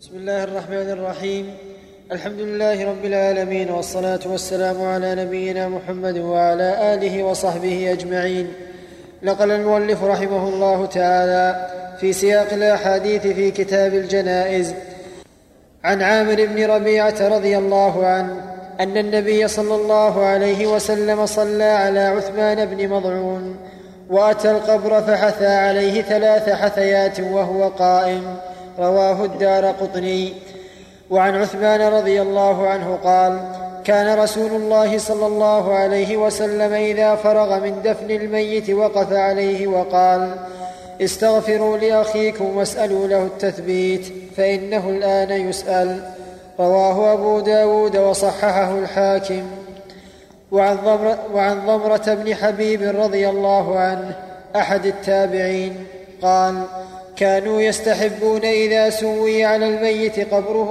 بسم الله الرحمن الرحيم. الحمد لله رب العالمين، والصلاة والسلام على نبينا محمد وعلى آله وصحبه أجمعين. نقل المؤلف رحمه الله تعالى في سياق الأحاديث في كتاب الجنائز عن عامر بن ربيعة رضي الله عنه أن النبي صلى الله عليه وسلم صلى على عثمان بن مظعون، وأتى القبر فحثى عليه 3 حثيات وهو قائم، رواه الدارقطني. وعن عثمان رضي الله عنه قال: كان رسول الله صلى الله عليه وسلم إذا فرغ من دفن الميت وقف عليه وقال: استغفروا لأخيكم واسألوا له التثبيت فإنه الآن يسأل، رواه أبو داود وصححه الحاكم. وعن ضمرة بن حبيب رضي الله عنه أحد التابعين قال: كانوا يستحبون إذا سوي على الميت قبره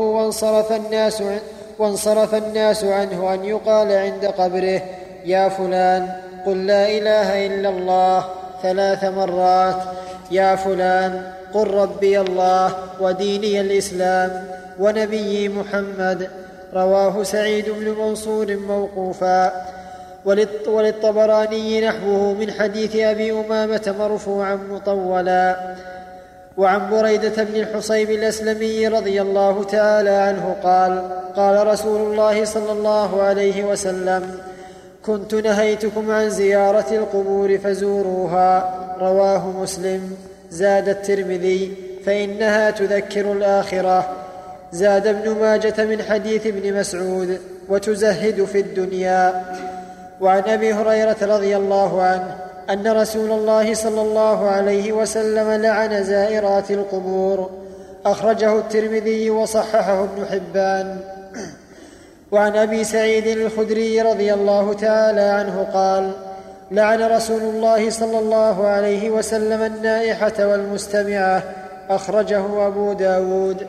وانصرف الناس عنه أن يقال عند قبره: يا فلان قل لا إله إلا الله 3 مرات، يا فلان قل ربي الله وديني الإسلام ونبيي محمد، رواه سعيد بن منصور موقوفا. وللطبراني نحوه من حديث أبي أمامة مرفوعا مطولا. وعن بريدة بن الحصيب الأسلمي رضي الله تعالى عنه قال: قال رسول الله صلى الله عليه وسلم: كنت نهيتكم عن زيارة القبور فزوروها، رواه مسلم. زاد الترمذي: فإنها تذكر الآخرة. زاد ابن ماجة من حديث ابن مسعود: وتزهد في الدنيا. وعن أبي هريرة رضي الله عنه أن رسول الله صلى الله عليه وسلم لعن زائرات القبور، أخرجه الترمذي وصححه ابن حبان. وعن أبي سعيد الخدري رضي الله تعالى عنه قال: لعن رسول الله صلى الله عليه وسلم النائحة والمستمعة، أخرجه أبو داود.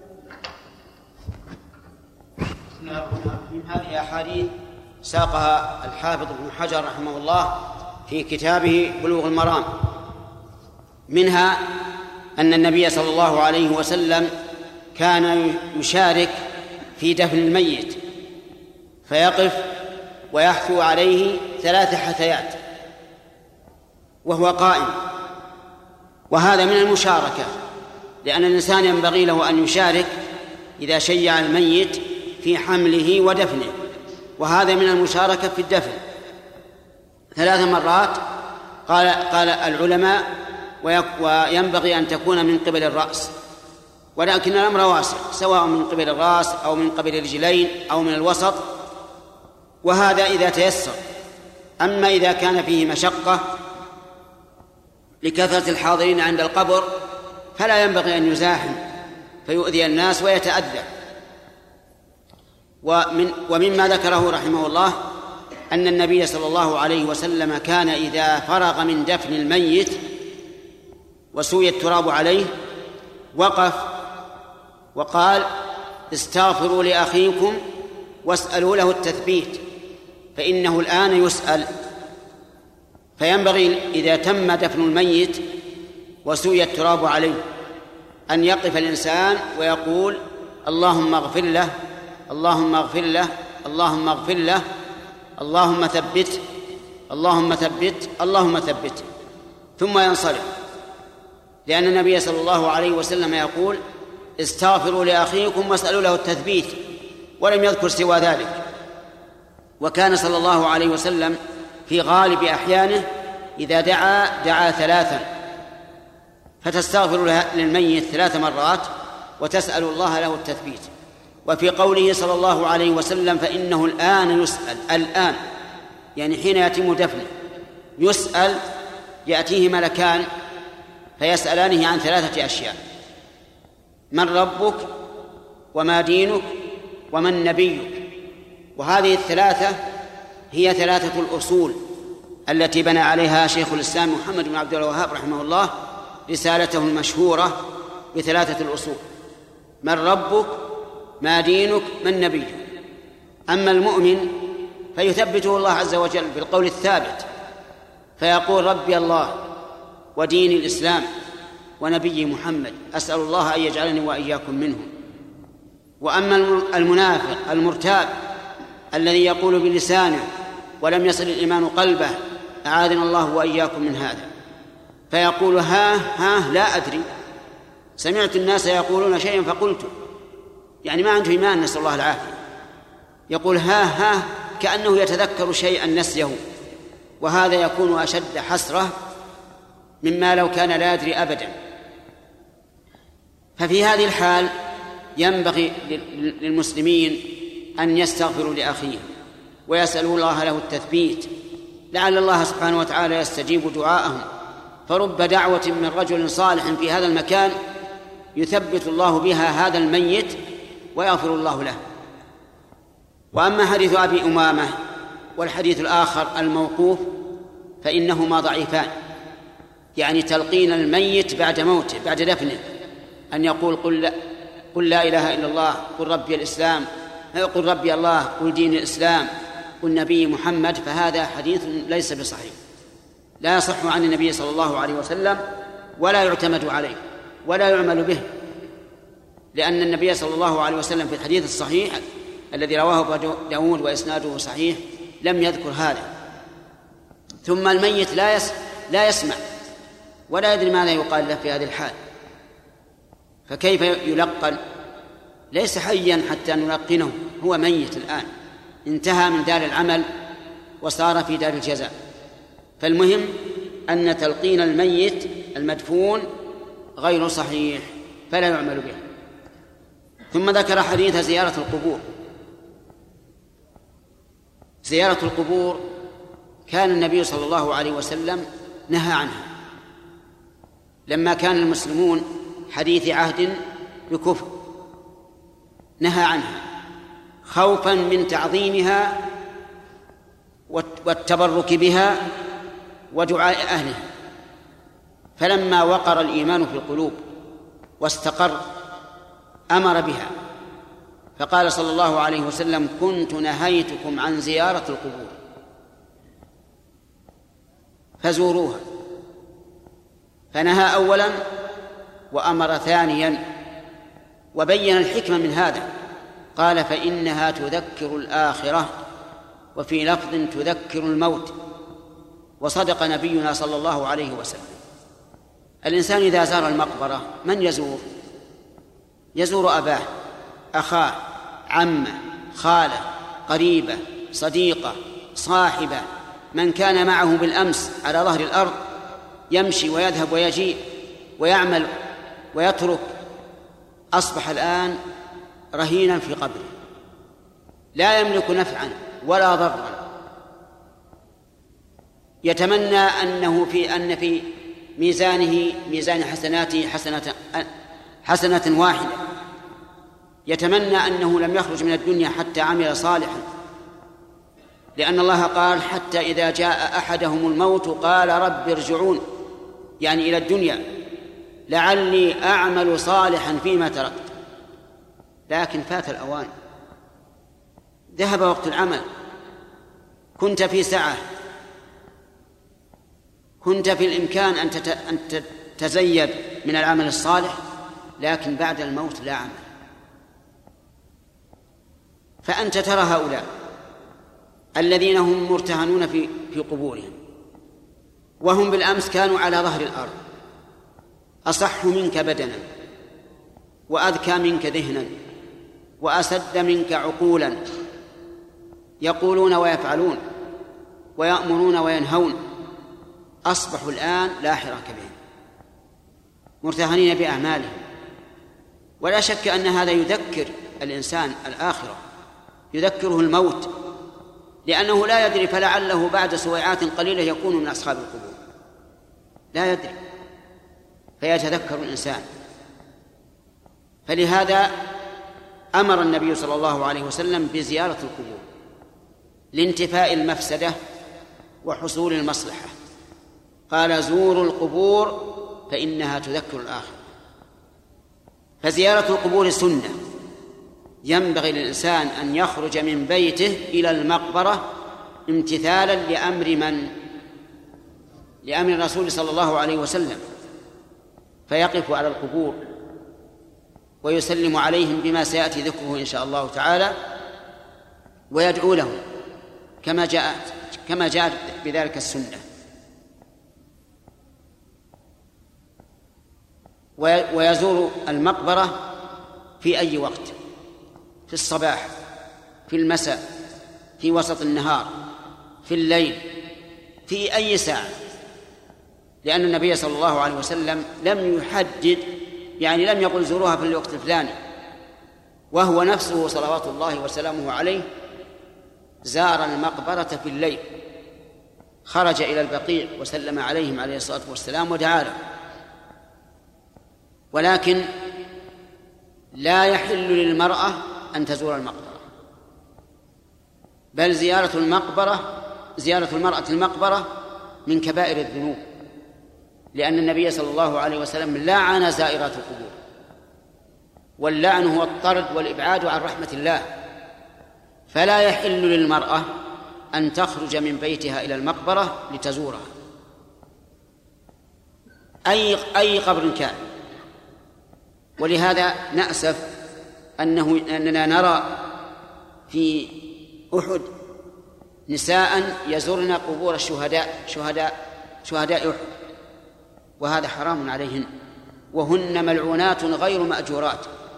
من هذه أحاديث ساقها الحافظ ابن حجر رحمه الله في كتابه بلوغ المرام، منها أن النبي صلى الله عليه وسلم كان يشارك في دفن الميت، فيقف ويحثو عليه 3 حثيات وهو قائم، وهذا من المشاركة، لأن الإنسان ينبغي له أن يشارك إذا شيع الميت في حمله ودفنه، وهذا من المشاركة في الدفن 3 مرات. قال العلماء: وينبغي أن تكون من قبل الرأس، ولكن الأمر واسع، سواء من قبل الرأس أو من قبل الرجلين أو من الوسط، وهذا إذا تيسر. أما إذا كان فيه مشقة لكثرة الحاضرين عند القبر فلا ينبغي أن يزاحم فيؤذي الناس ويتأذى. ومما ذكره رحمه الله أن النبي صلى الله عليه وسلم كان إذا فرغ من دفن الميت وسوي التراب عليه وقف وقال: استغفروا لأخيكم واسألوا له التثبيت فإنه الآن يسأل. فينبغي إذا تم دفن الميت وسوي التراب عليه أن يقف الإنسان ويقول: اللهم اغفر له، اللهم اغفر له، اللهم اغفر له، اللهم ثبت، اللهم ثبت، اللهم ثبت، ثم ينصرف، لأن النبي صلى الله عليه وسلم يقول: استغفروا لأخيكم واسألوا له التثبيت، ولم يذكر سوى ذلك. وكان صلى الله عليه وسلم في غالب أحيانه إذا دعا 3، فتستغفر للميت 3 مرات وتسأل الله له التثبيت. وفي قوله صلى الله عليه وسلم: فإنه الآن يسأل، الآن يعني حين يتم دفنه يسأل، يأتيه ملكان فيسألانه عن 3 أشياء: من ربك، وما دينك، ومن نبيك. وهذه ال3 هي 3 الأصول التي بنى عليها شيخ الإسلام محمد بن عبد الوهاب رحمه الله رسالته المشهورة ب3 الأصول: من ربك، ما دينك، من نبيك. أما المؤمن فيثبته الله عز وجل بالقول الثابت، فيقول: ربي الله ودين الإسلام ونبي محمد، أسأل الله أن يجعلني وإياكم منهم. وأما المنافق المرتاب الذي يقول بلسانه ولم يصل الإيمان قلبه، أعاذنا الله وإياكم من هذا، فيقول ها لا أدري، سمعت الناس يقولون شيئا فقلت، يعني ما عنده إيمان، نسأل الله العافية. يقول ها كأنه يتذكر شيئا نسيه، وهذا يكون أشد حسرة مما لو كان لا يدري أبدا. ففي هذه الحال ينبغي للمسلمين أن يستغفروا لأخيهم ويسألوا الله له التثبيت، لعل الله سبحانه وتعالى يستجيب دعاءهم، فرب دعوة من رجل صالح في هذا المكان يثبت الله بها هذا الميت ويغفر الله له. وأما حديث أبي أمامة والحديث الآخر الموقوف فإنهما ضعيفان، يعني تلقين الميت بعد موته بعد دفنه أن يقول قل لا إله إلا الله، قل ربي الإسلام، قل ربي الله، قل دين الإسلام، قل نبي محمد، فهذا حديث ليس بصحيح، لا يصح عن النبي صلى الله عليه وسلم ولا يعتمد عليه ولا يعمل به، لأن النبي صلى الله عليه وسلم في الحديث الصحيح الذي رواه أبو داود وإسناده صحيح لم يذكر هذا. ثم الميت لا يسمع ولا يدري ماذا يقال له في هذه الحال، فكيف يلقن؟ ليس حيا حتى نلقنه، هو ميت الآن، انتهى من دار العمل وصار في دار الجزاء. فالمهم أن تلقين الميت المدفون غير صحيح فلا يعمل به. ثم ذكر حديث زيارة القبور. زيارة القبور كان النبي صلى الله عليه وسلم نهى عنها لما كان المسلمون حديث عهد بكفر، نهى عنها خوفا من تعظيمها والتبرك بها ودعاء أهلها. فلما وقر الإيمان في القلوب واستقر أمر بها، فقال صلى الله عليه وسلم كنت نهيتكم عن زيارة القبور فزوروها، فنهى أولا وأمر ثانيا، وبين الحكمة من هذا، قال فإنها تذكر الآخرة، وفي لفظ تذكر الموت. وصدق نبينا صلى الله عليه وسلم. الإنسان إذا زار المقبرة من يزور؟ يزور أباه، أخاه، عمه، خاله، قريبه، صديقه، صاحبه، من كان معه بالأمس على ظهر الأرض يمشي ويذهب ويجيء ويعمل ويترك، أصبح الآن رهينا في قبره لا يملك نفعا ولا ضرا، يتمنى أن في ميزانه ميزان حسناته حسنة واحدة، يتمنى أنه لم يخرج من الدنيا حتى عمل صالحا، لأن الله قال حتى إذا جاء أحدهم الموت قال رب ارجعون، يعني إلى الدنيا لعلي أعمل صالحا فيما تركت. لكن فات الأوان، ذهب وقت العمل، كنت في سعة، كنت في الإمكان أن تتزيد من العمل الصالح، لكن بعد الموت لا عمل. فأنت ترى هؤلاء الذين هم مرتهنون في قبورهم، وهم بالأمس كانوا على ظهر الأرض، أصح منك بدنا وأذكى منك ذهنا وأسد منك عقولا، يقولون ويفعلون ويأمرون وينهون، أصبحوا الآن لا حراك بهم، مرتهنين بأعمالهم. ولا شك أن هذا يذكر الإنسان الآخرة، يذكره الموت، لأنه لا يدري، فلعله بعد سويعات قليلة يكون من أصحاب القبور، لا يدري، فيتذكر الإنسان. فلهذا أمر النبي صلى الله عليه وسلم بزيارة القبور لانتفاء المفسدة وحصول المصلحة، قال زوروا القبور فإنها تذكر الآخرة. فزيارة القبور سنة، ينبغي للإنسان أن يخرج من بيته إلى المقبرة امتثالا لأمر الرسول صلى الله عليه وسلم، فيقف على القبور ويسلم عليهم بما سيأتي ذكره إن شاء الله تعالى، ويدعو لهم كما جاءت بذلك السنة. ويزور المقبرة في أي وقت، في الصباح، في المساء، في وسط النهار، في الليل، في أي ساعة، لأن النبي صلى الله عليه وسلم لم يحدد، يعني لم يقل زوروها في الوقت الفلاني، وهو نفسه صلوات الله وسلامه عليه زار المقبرة في الليل، خرج إلى البقيع وسلم عليهم عليه الصلاة والسلام ودعا لهم. ولكن لا يحل للمرأة أن تزور المقبرة، بل زيارة المرأة المقبرة من كبائر الذنوب، لأن النبي صلى الله عليه وسلم لعن زائرات القبور، واللعن هو الطرد والإبعاد عن رحمة الله. فلا يحل للمرأة أن تخرج من بيتها إلى المقبرة لتزورها أي قبر كان. ولهذا نأسف أننا نرى في أحد نساء يزورن قبور شهداء أحد، وهذا حرام عليهن، وهن ملعونات غير مأجورات،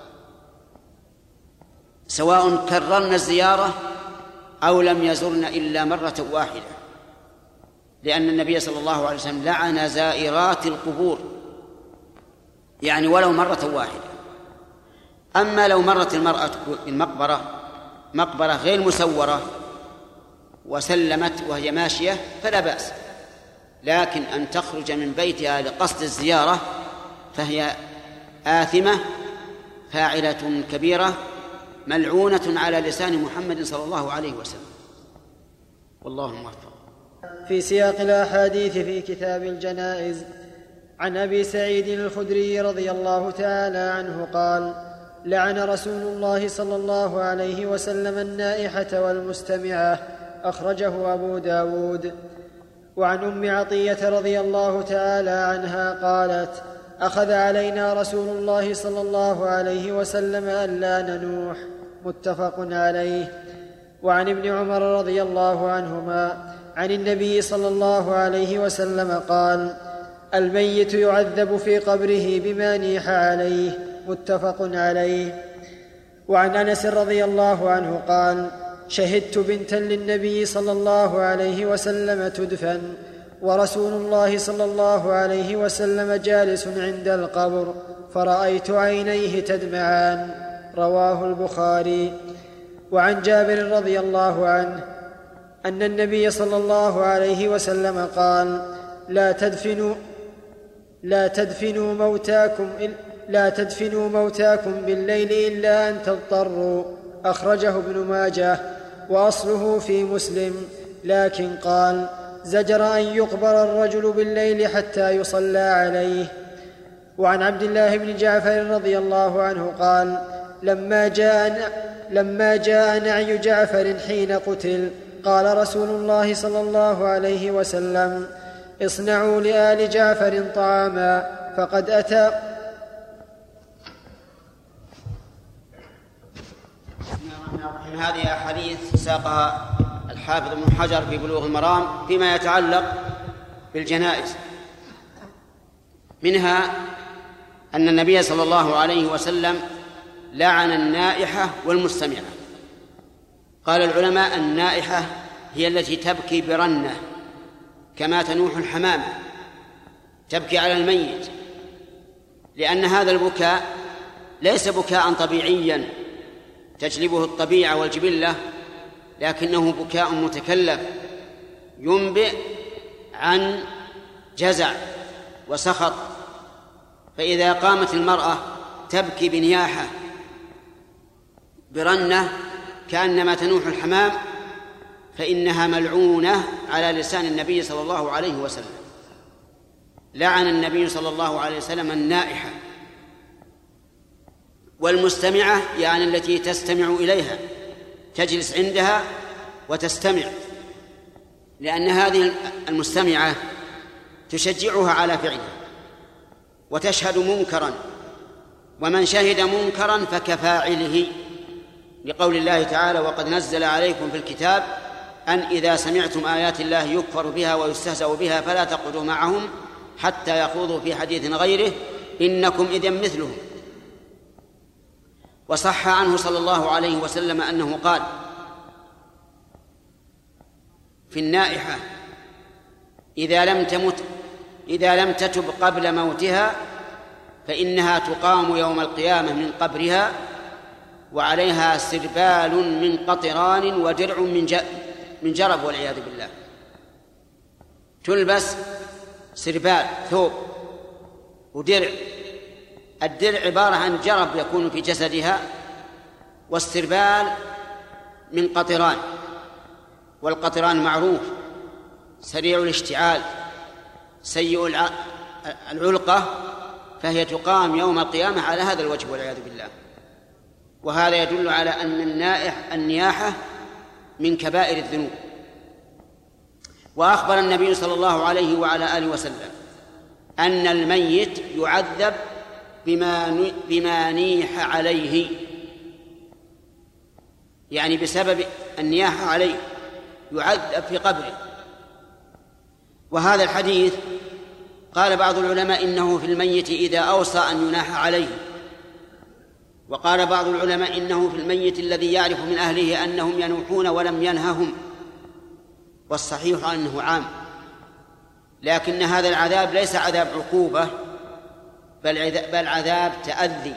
سواء كررن الزيارة أو لم يزرن إلا مرة واحدة، لأن النبي صلى الله عليه وسلم لعن زائرات القبور، يعني ولو مرة واحدة. أما لو مرت المرأة المقبرة مقبرة غير مسورة وسلمت وهي ماشية فلا بأس، لكن أن تخرج من بيتها لقصد الزيارة فهي آثمة فاعلة كبيرة ملعونة على لسان محمد صلى الله عليه وسلم، والله موفق. في سياق الأحاديث في كتاب الجنائز عن أبي سعيد الخدري رضي الله تعالى عنه قال: لعن رسول الله صلى الله عليه وسلم النائحة والمستمعة، أخرجه أبو داود. وعن أم عطية رضي الله تعالى عنها قالت: أخذ علينا رسول الله صلى الله عليه وسلم ألا ننوح، متفق عليه. وعن ابن عمر رضي الله عنهما عن النبي صلى الله عليه وسلم قال: الميت يعذب في قبره بما نيح عليه، متفق عليه. وعن أنس رضي الله عنه قال: شهدت بنتا للنبي صلى الله عليه وسلم تدفن، ورسول الله صلى الله عليه وسلم جالس عند القبر، فرأيت عينيه تدمعان، رواه البخاري. وعن جابر رضي الله عنه أن النبي صلى الله عليه وسلم قال: لا تدفنوا موتاكم بالليل إلا أن تضطروا، أخرجه ابن ماجه، وأصله في مسلم، لكن قال: زجر أن يقبر الرجل بالليل حتى يصلى عليه. وعن عبد الله بن جعفر رضي الله عنه قال: لما جاء نعي جعفر حين قتل، قال رسول الله صلى الله عليه وسلم: اصنعوا لآل جعفر طعاما فقد أتى. هذه أحاديث ساقها الحافظ ابن حجر في بلوغ المرام فيما يتعلق بالجنائز، منها أن النبي صلى الله عليه وسلم لعن النائحة والمستمعة. قال العلماء: النائحة هي التي تبكي برنة كما تنوح الحمامة، تبكي على الميت، لأن هذا البكاء ليس بكاء طبيعيا تجلبه الطبيعة والجبلة، لكنه بكاء متكلف ينبئ عن جزع وسخط. فإذا قامت المرأة تبكي بنياحة برنة كأنما تنوح الحمام فإنها ملعونة على لسان النبي صلى الله عليه وسلم. لعن النبي صلى الله عليه وسلم النائحة والمستمعة، يعني التي تستمع إليها، تجلس عندها وتستمع، لأن هذه المستمعة تشجعها على فعلها وتشهد منكرا ومن شهد منكرا فكفاعله، لقول الله تعالى: وقد نزل عليكم في الكتاب أن إذا سمعتم آيات الله يكفر بها ويستهزأ بها فلا تقعدوا معهم حتى يخوضوا في حديث غيره إنكم إذن مثلهم. وصح عنه صلى الله عليه وسلم أنه قال في النائحة: إذا لم تتب قبل موتها فإنها تقام يوم القيامة من قبرها وعليها سربال من قطران ودرع من جرب والعياذ بالله. تلبس سربال ثوب ودرع، الدرع عبارة عن جرب يكون في جسدها، والسربال من قطران، والقطران معروف سريع الاشتعال سيء العلقة، فهي تقام يوم القيامة على هذا الوجه والعياذ بالله. وهذا يدل على أن النياحة من كبائر الذنوب. وأخبر النبي صلى الله عليه وعلى آله وسلم أن الميت يعذب بما نيح عليه، يعني بسبب النياحة عليه يعذب في قبره. وهذا الحديث قال بعض العلماء إنه في الميت إذا أوصى أن يناح عليه، وقال بعض العلماء إنه في الميت الذي يعرف من أهله أنهم ينوحون ولم ينههم، والصحيح أنه عام، لكن هذا العذاب ليس عذاب عقوبة بل عذاب تأذي.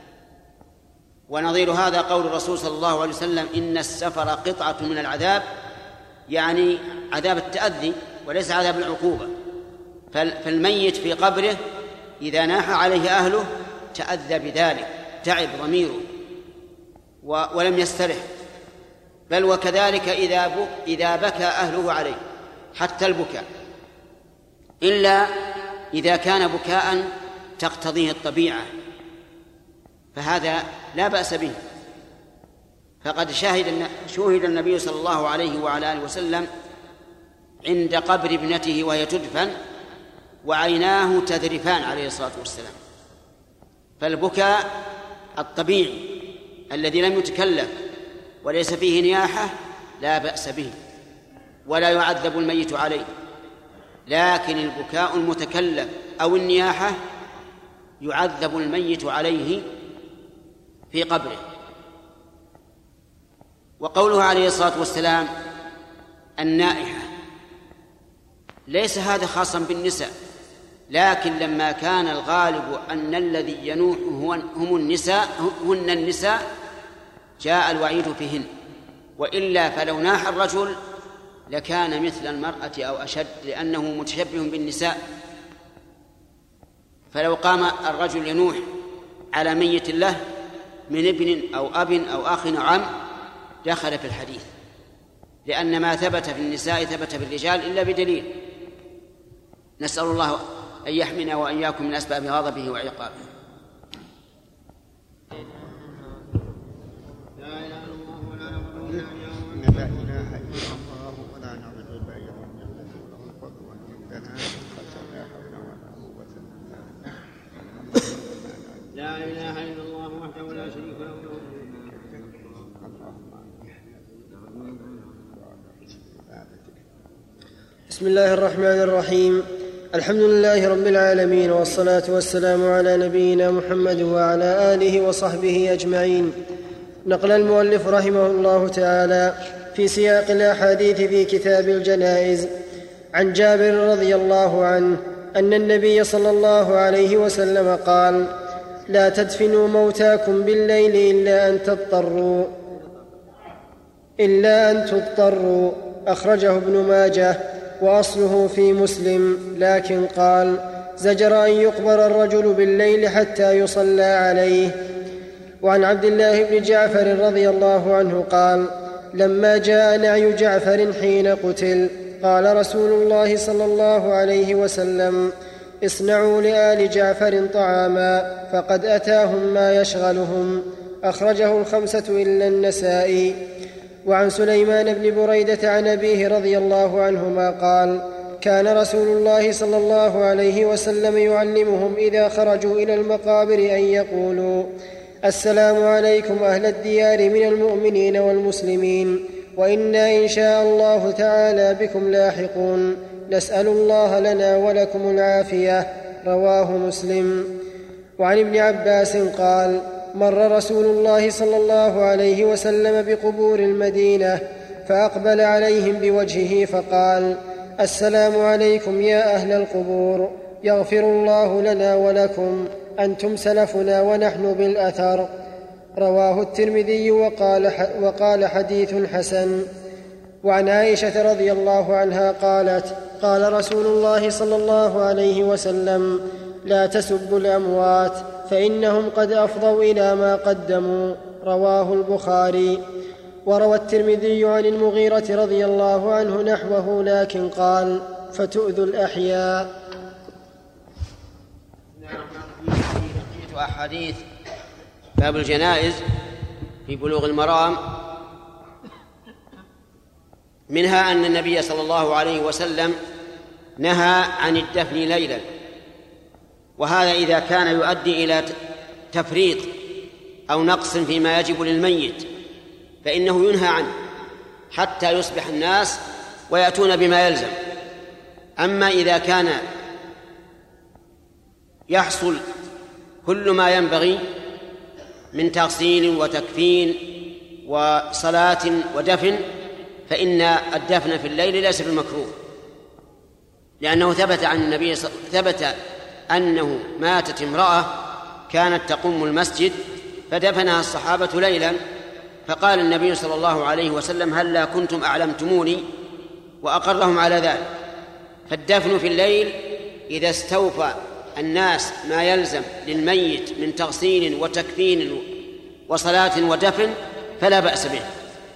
ونظير هذا قول الرسول صلى الله عليه وسلم: إن السفر قطعة من العذاب، يعني عذاب التأذي وليس عذاب العقوبة. فالميت في قبره إذا ناح عليه أهله تأذى بذلك، تعب ضميره ولم يسترح. بل وكذلك إذا بكى أهله عليه حتى البكاء، إلا إذا كان بكاء تقتضيه الطبيعة فهذا لا بأس به. فقد شهد النبي صلى الله عليه وعلى آله وسلم عند قبر ابنته وهي تدفن وعيناه تذرفان عليه الصلاة والسلام. فالبكاء الطبيعي الذي لم يتكلف وليس فيه نياحة لا بأس به ولا يعذب الميت عليه، لكن البكاء المتكلف أو النياحة يعذب الميت عليه في قبره. وقوله عليه الصلاة والسلام النائحة ليس هذا خاصا بالنساء، لكن لما كان الغالب أن الذي ينوح هن النساء جاء الوعيد فيهن، وإلا فلو ناح الرجل لكان مثل المرأة أو أشد، لأنه متشبه بالنساء. فلو قام الرجل ينوح على ميت له من ابن أو أب أو أخ أو عم دخل في الحديث، لأن ما ثبت في النساء ثبت في الرجال إلا بدليل. نسأل الله أن يحمينا وإياكم من أسباب غضبه وعقابه. لا إله إلا الله وحده لا شريك له. بسم الله الرحمن الرحيم. الحمد لله رب العالمين، والصلاة والسلام على نبينا محمد وعلى آله وصحبه أجمعين. نقل المؤلف رحمه الله تعالى في سياق الأحاديث في كتاب الجنائز عن جابر رضي الله عنه أن النبي صلى الله عليه وسلم قال: لا تدفنوا موتاكم بالليل إلا أن تضطروا. أخرجه ابن ماجه وأصله في مسلم، لكن قال: زجر أن يقبر الرجل بالليل حتى يصلى عليه. وعن عبد الله بن جعفر رضي الله عنه قال: لما جاء نعي جعفر حين قتل قال رسول الله صلى الله عليه وسلم: اصنعوا لآل جعفر طعاما فقد أتاهم ما يشغلهم. أخرجه الخمسة إلا النسائي. وعن سليمان بن بريدة عن أبيه رضي الله عنهما قال: كان رسول الله صلى الله عليه وسلم يعلمهم إذا خرجوا إلى المقابر أن يقولوا: السلام عليكم أهل الديار من المؤمنين والمسلمين، وإنا إن شاء الله تعالى بكم لاحقون، نسأل الله لنا ولكم العافية. رواه مسلم. وعن ابن عباس قال: مر رسول الله صلى الله عليه وسلم بقبور المدينة فأقبل عليهم بوجهه فقال: السلام عليكم يا أهل القبور، يغفر الله لنا ولكم، أنتم سلفنا ونحن بالأثر. رواه الترمذي وقال حديث حسن. وعن عائشة رضي الله عنها قالت: قال رسول الله صلى الله عليه وسلم: لا تسبوا الأموات فإنهم قد أفضوا إلى ما قدموا. رواه البخاري. وروى الترمذي عن المغيرة رضي الله عنه نحوه لكن قال: فتؤذوا الأحياء. أحاديث باب الجنائز في بلوغ المرام، منها أن النبي صلى الله عليه وسلم نهى عن الدفن ليلا، وهذا إذا كان يؤدي إلى تفريط أو نقص فيما يجب للميت فإنه ينهى عنه حتى يصبح الناس ويأتون بما يلزم. أما إذا كان يحصل كل ما ينبغي من تغسيل وتكفين وصلاة ودفن فإن الدفن في الليل ليس بمكروه، لأنه ثبت أنه ماتت امرأة كانت تقوم المسجد فدفنها الصحابة ليلا، فقال النبي صلى الله عليه وسلم: هلا كنتم أعلمتموني، وأقرهم على ذلك. فالدفن في الليل إذا استوفى الناس ما يلزم للميت من تغسيل وتكفين وصلاة ودفن فلا بأس به.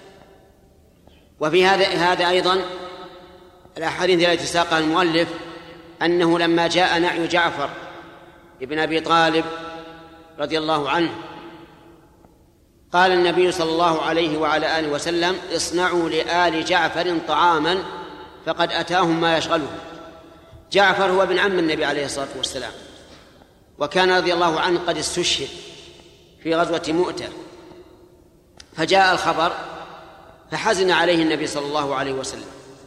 وفي هذا أيضا الأحاديث التي ساقها المؤلف أنه لما جاء نعي جعفر ابن أبي طالب رضي الله عنه قال النبي صلى الله عليه وعلى آله وسلم: اصنعوا لآل جعفر طعاما فقد أتاهم ما يشغلهم. جعفر هو ابن عم النبي عليه الصلاة والسلام، وكان رضي الله عنه قد استشهد في غزوة مؤتة، فجاء الخبر فحزن عليه النبي صلى الله عليه وسلم،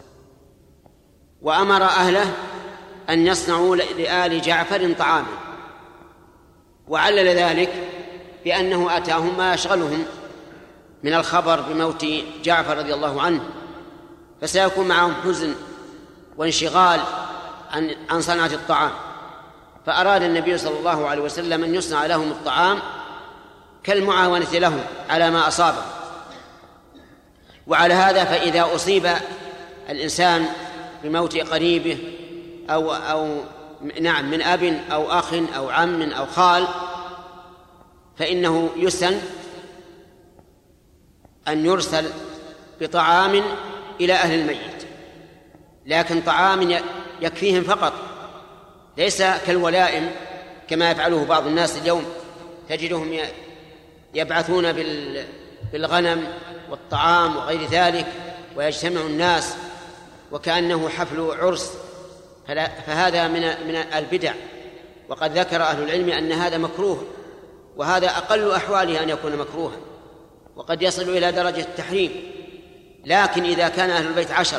وأمر أهله أن يصنعوا لآل جعفر طعاما، وعلل ذلك بأنه أتاهم ما يشغلهم من الخبر بموت جعفر رضي الله عنه، فسيكون معهم حزن وانشغال عن صنعة الطعام، فأراد النبي صلى الله عليه وسلم أن يصنع لهم الطعام كالمعاونة لهم على ما أصابه. وعلى هذا فإذا أصيب الإنسان بموت قريبه أو من أب أو أخ أو عم أو خال فإنه يسن أن يرسل بطعام إلى أهل الميت، لكن طعام يكفيهم فقط، ليس كالولائم كما يفعله بعض الناس اليوم، تجدهم يبعثون بالغنم والطعام وغير ذلك ويجتمع الناس وكأنه حفل عرس، فهذا من البدع. وقد ذكر أهل العلم أن هذا مكروه، وهذا أقل أحواله أن يكون مكروها، وقد يصل إلى درجة التحريم. لكن إذا كان أهل البيت 10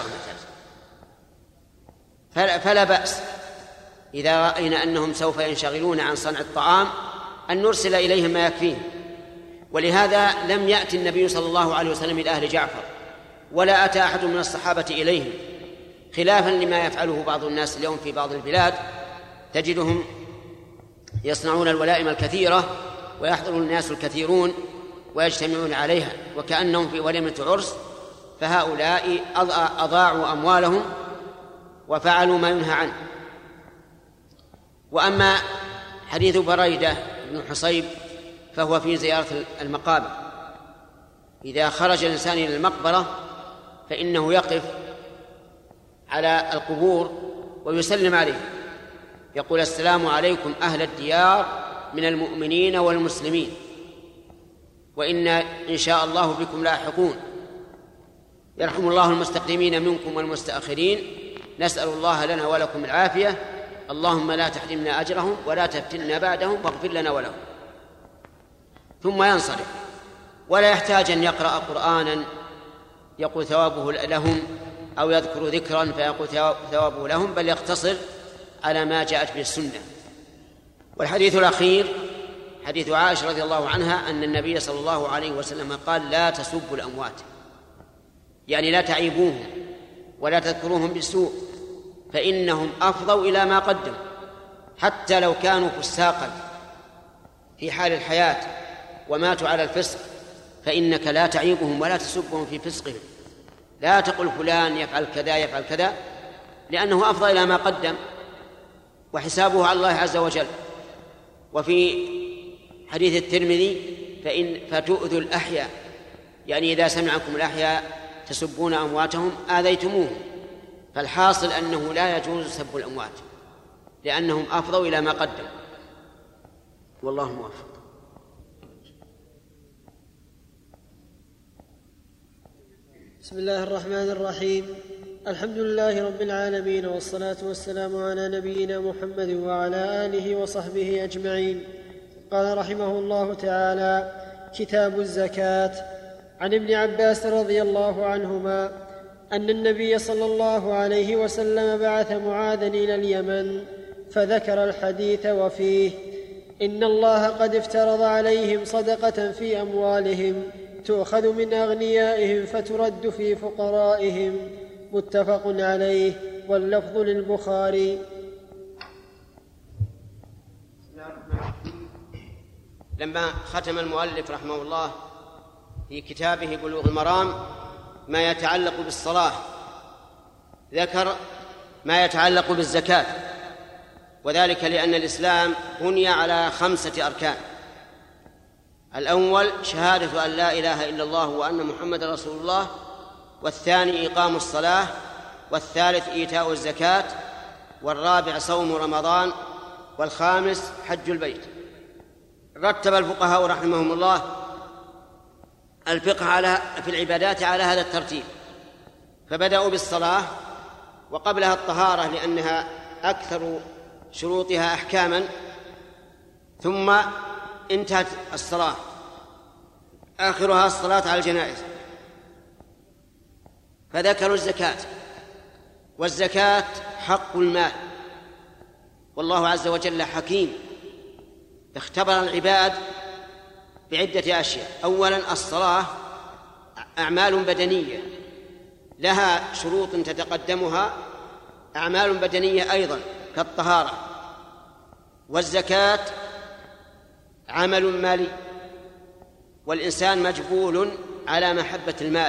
مثلا فلا بأس إذا رأينا أنهم سوف ينشغلون عن صنع الطعام أن نرسل إليهم ما يكفيهم. ولهذا لم يأتي النبي صلى الله عليه وسلم إلى أهل جعفر، ولا أتى أحد من الصحابة إليهم، خلافا لما يفعله بعض الناس اليوم في بعض البلاد، تجدهم يصنعون الولائم الكثيرة ويحضر الناس الكثيرون ويجتمعون عليها وكأنهم في وليمة عرس، فهؤلاء أضاعوا أموالهم وفعلوا ما ينهى عنه. وأما حديث بريدة بن حصيب فهو في زيارة المقابر. إذا خرج الإنسان إلى المقبرة فإنه يقف على القبور ويسلم عليه، يقول: السلام عليكم أهل الديار من المؤمنين والمسلمين، وإنا إن شاء الله بكم لاحقون، يرحم الله المستقدمين منكم والمستأخرين، نسأل الله لنا ولكم العافية، اللهم لا تحرمنا أجرهم ولا تفتنا بعدهم واغفر لنا ولهم. ثم ينصرف، ولا يحتاج أن يقرأ قرآنا يقول ثوابه لهم أو يذكر ذكرا فيقول ثوابه لهم، بل يقتصر على ما جاءت به السنة. والحديث الأخير حديث عائشة رضي الله عنها أن النبي صلى الله عليه وسلم قال: لا تسبوا الأموات، يعني لا تعيبوهم ولا تذكروهم بالسوء، فإنهم أفضوا إلى ما قدموا، حتى لو كانوا فساقا في حال الحياة وماتوا على الفسق، فإنك لا تعيبهم ولا تسبهم في فسقهم، لا تقل فلان يفعل كذا يفعل كذا، لأنه أفضى إلى ما قدم وحسابه على الله عز وجل. وفي حديث الترمذي: فتؤذوا الأحياء، يعني إذا سمعكم الأحياء تسبون أمواتهم آذيتموهم. فالحاصل أنه لا يجوز سب الأموات لأنهم أفضوا إلى ما قدم، والله موفق. بسم الله الرحمن الرحيم، الحمد لله رب العالمين، والصلاة والسلام على نبينا محمد وعلى آله وصحبه أجمعين. قال رحمه الله تعالى: كتاب الزكاة. عن ابن عباس رضي الله عنهما أن النبي صلى الله عليه وسلم بعث معاذا إلى اليمن، فذكر الحديث وفيه: إن الله قد افترض عليهم صدقة في أموالهم تؤخذ من أغنيائهم فترد في فقرائهم. متفق عليه، واللفظ للبخاري. لما ختم المؤلف رحمه الله في كتابه بلوغ المرام ما يتعلق بالصلاة، ذكر ما يتعلق بالزكاة، وذلك لأن الإسلام بني على 5 أركان. الأول شهادة أن لا إله إلا الله وأن محمد رسول الله، والثاني إقام الصلاة، والثالث إيتاء الزكاة، والرابع صوم رمضان، والخامس حج البيت. رتب الفقهاء رحمهم الله الفقه في العبادات على هذا الترتيب، فبدأوا بالصلاة وقبلها الطهارة لأنها أكثر شروطها أحكاما، ثم انتهت الصلاة آخرها الصلاة على الجنائز، فذكروا الزكاة. والزكاة حق المال، والله عز وجل حكيم اختبر العباد بعدة أشياء. أولا الصلاة أعمال بدنية لها شروط تتقدمها أعمال بدنية أيضا كالطهارة، والزكاة عمل مالي، والإنسان مجبول على محبة المال،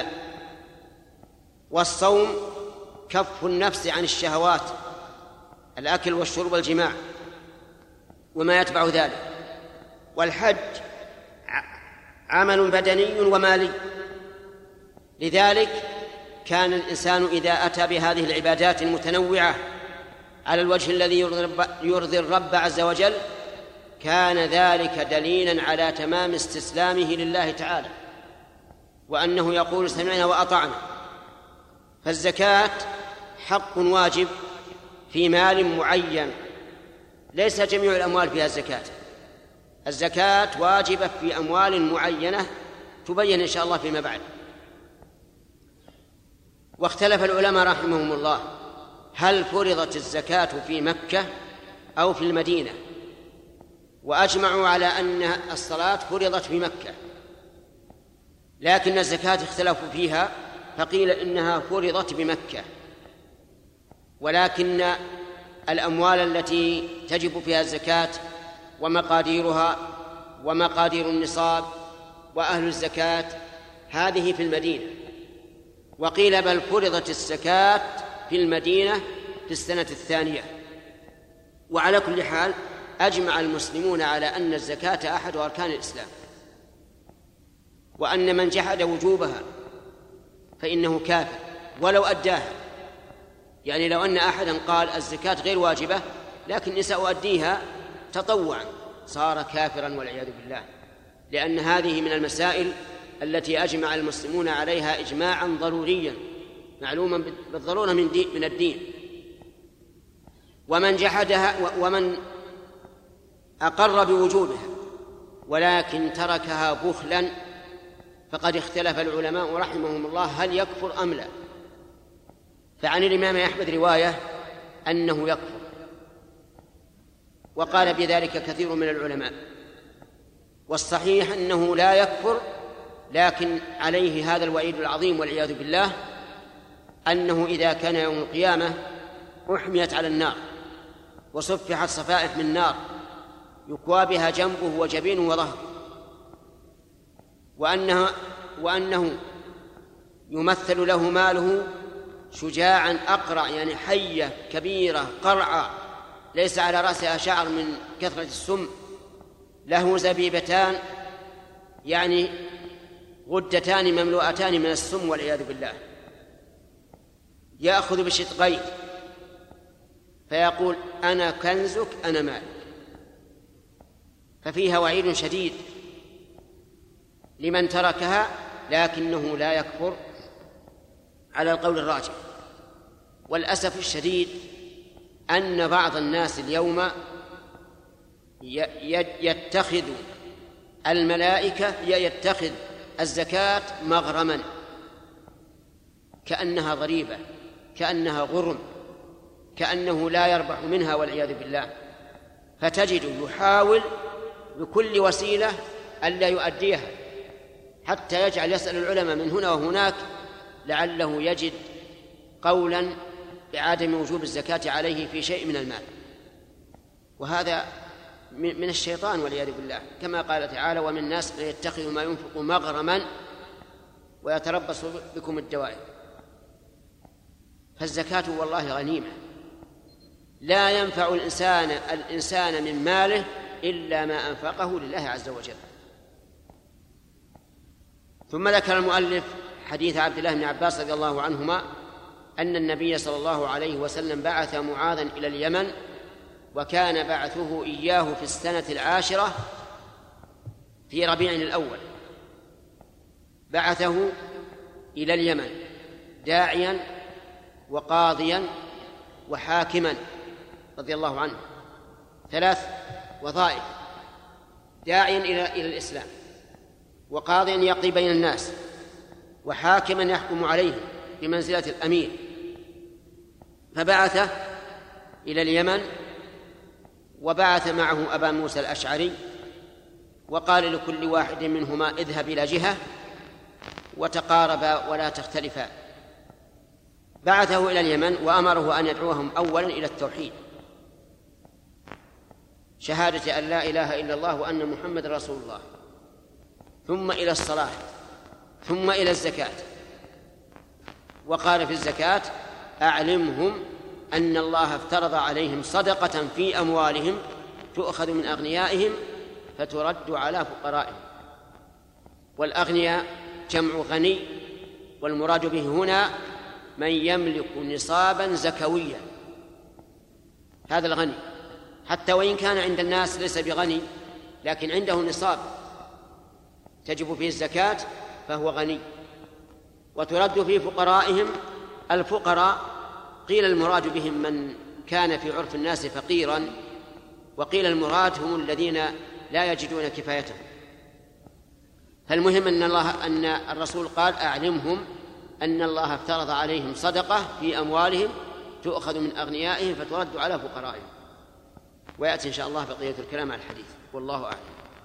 والصوم كف النفس عن الشهوات، الأكل والشرب والجماع وما يتبع ذلك، والحج عمل بدني ومالي. لذلك كان الإنسان إذا أتى بهذه العبادات المتنوعة على الوجه الذي يرضي الرب عز وجل كان ذلك دليلا على تمام استسلامه لله تعالى، وأنه يقول سمعنا وأطعنا. فالزكاة حق واجب في مال معين، ليس جميع الأموال فيها الزكاة، الزكاة واجبة في أموال معينة تبين إن شاء الله فيما بعد. واختلف العلماء رحمهم الله هل فرضت الزكاة في مكة أو في المدينة، وأجمعوا على أن الصلاة فرضت في مكة، لكن الزكاة اختلفوا فيها فقيل إنها فرضت بمكة، ولكن الأموال التي تجب فيها الزكاة ومقاديرها ومقادير النصاب وأهل الزكاة هذه في المدينة. وقيل بل فرضت الزكاة في المدينة في السنة الثانية. وعلى كل حال أجمع المسلمون على أن الزكاة أحد أركان الإسلام، وأن من جحد وجوبها فإنه كافر ولو أداها. يعني لو أن أحدا قال الزكاة غير واجبة لكن سأؤديها تطوعا صار كافرا والعياذ بالله، لأن هذه من المسائل التي أجمع المسلمون عليها إجماعا ضروريا معلوما بالضرورة من الدين. ومن جحدها ومن أقر بوجوبها ولكن تركها بخلا فقد اختلف العلماء رحمهم الله هل يكفر أم لا. فعن الإمام أحمد رواية أنه يكفر، وقال بذلك كثير من العلماء، والصحيح أنه لا يكفر، لكن عليه هذا الوعيد العظيم والعياذ بالله، أنه إذا كان يوم القيامة أحميت على النار وصفحت صفائح من نار يكوى بها جنبه وجبينه وظهره، وأنه يمثل له ماله شجاعا أقرع، يعني حية كبيرة قرعة ليس على رأسها شعر من كثرة السم، له زبيبتان يعني غدتان مملوءتان من السم والعياذ بالله، يأخذ بشدقيه فيقول أنا كنزك أنا مالك. ففيها وعيد شديد لمن تركها، لكنه لا يكفر على القول الراجح. والأسف الشديد أن بعض الناس اليوم يتخذ الملائكة يتخذ الزكاة مغرما، كأنها ضريبة، كأنها غرم، كأنه لا يربح منها والعياذ بالله، فتجد يحاول بكل وسيلة ألا يؤديها، حتى يجعل يسأل العلماء من هنا وهناك لعله يجد قولا بعدم وجوب الزكاة عليه في شيء من المال، وهذا من الشيطان والعياذ بالله، كما قال تعالى ومن الناس من يتخذ ما ينفق مغرما ويتربص بكم الدوائر. فالزكاة والله غنيمة، لا ينفع الإنسان من ماله إلا ما أنفقه لله عز وجل. ثم ذكر المؤلف حديث عبد الله بن عباس رضي الله عنهما أن النبي صلى الله عليه وسلم بعث معاذا إلى اليمن، وكان بعثه إياه في السنة 10 في ربيع الأول، بعثه إلى اليمن داعيا وقاضيا وحاكما رضي الله عنه، 3 وظائف: داعيا إلى الإسلام، وقاضيا يقضي بين الناس، وحاكما يحكم عليهم بمنزلة الأمير. فبعث إلى اليمن، وبعث معه أبا موسى الأشعري، وقال لكل واحد منهما اذهب إلى جهة وتقاربا ولا تختلفا. بعثه إلى اليمن وأمره أن يدعوهم أولا إلى التوحيد، شهادة أن لا إله إلا الله وأن محمد رسول الله، ثم إلى الصلاة، ثم إلى الزكاة. وقال في الزكاة أعلمهم أن الله افترض عليهم صدقة في أموالهم تؤخذ من أغنيائهم فترد على فقرائهم. والأغنياء جمع غني، والمراد به هنا من يملك نصابا زكويا، هذا الغني، حتى وإن كان عند الناس ليس بغني لكن عنده نصاب تجب فيه الزكاة فهو غني. وترد في فقرائهم. الفقراء قيل المراد بهم من كان في عرف الناس فقيرا، وقيل المراد هم الذين لا يجدون كفايتهم. فالمهم أن الرسول قال أعلمهم أن الله افترض عليهم صدقة في أموالهم تؤخذ من أغنيائهم فترد على فقرائهم. ويأتي إن شاء الله بقية الكلام على الحديث، والله أعلم.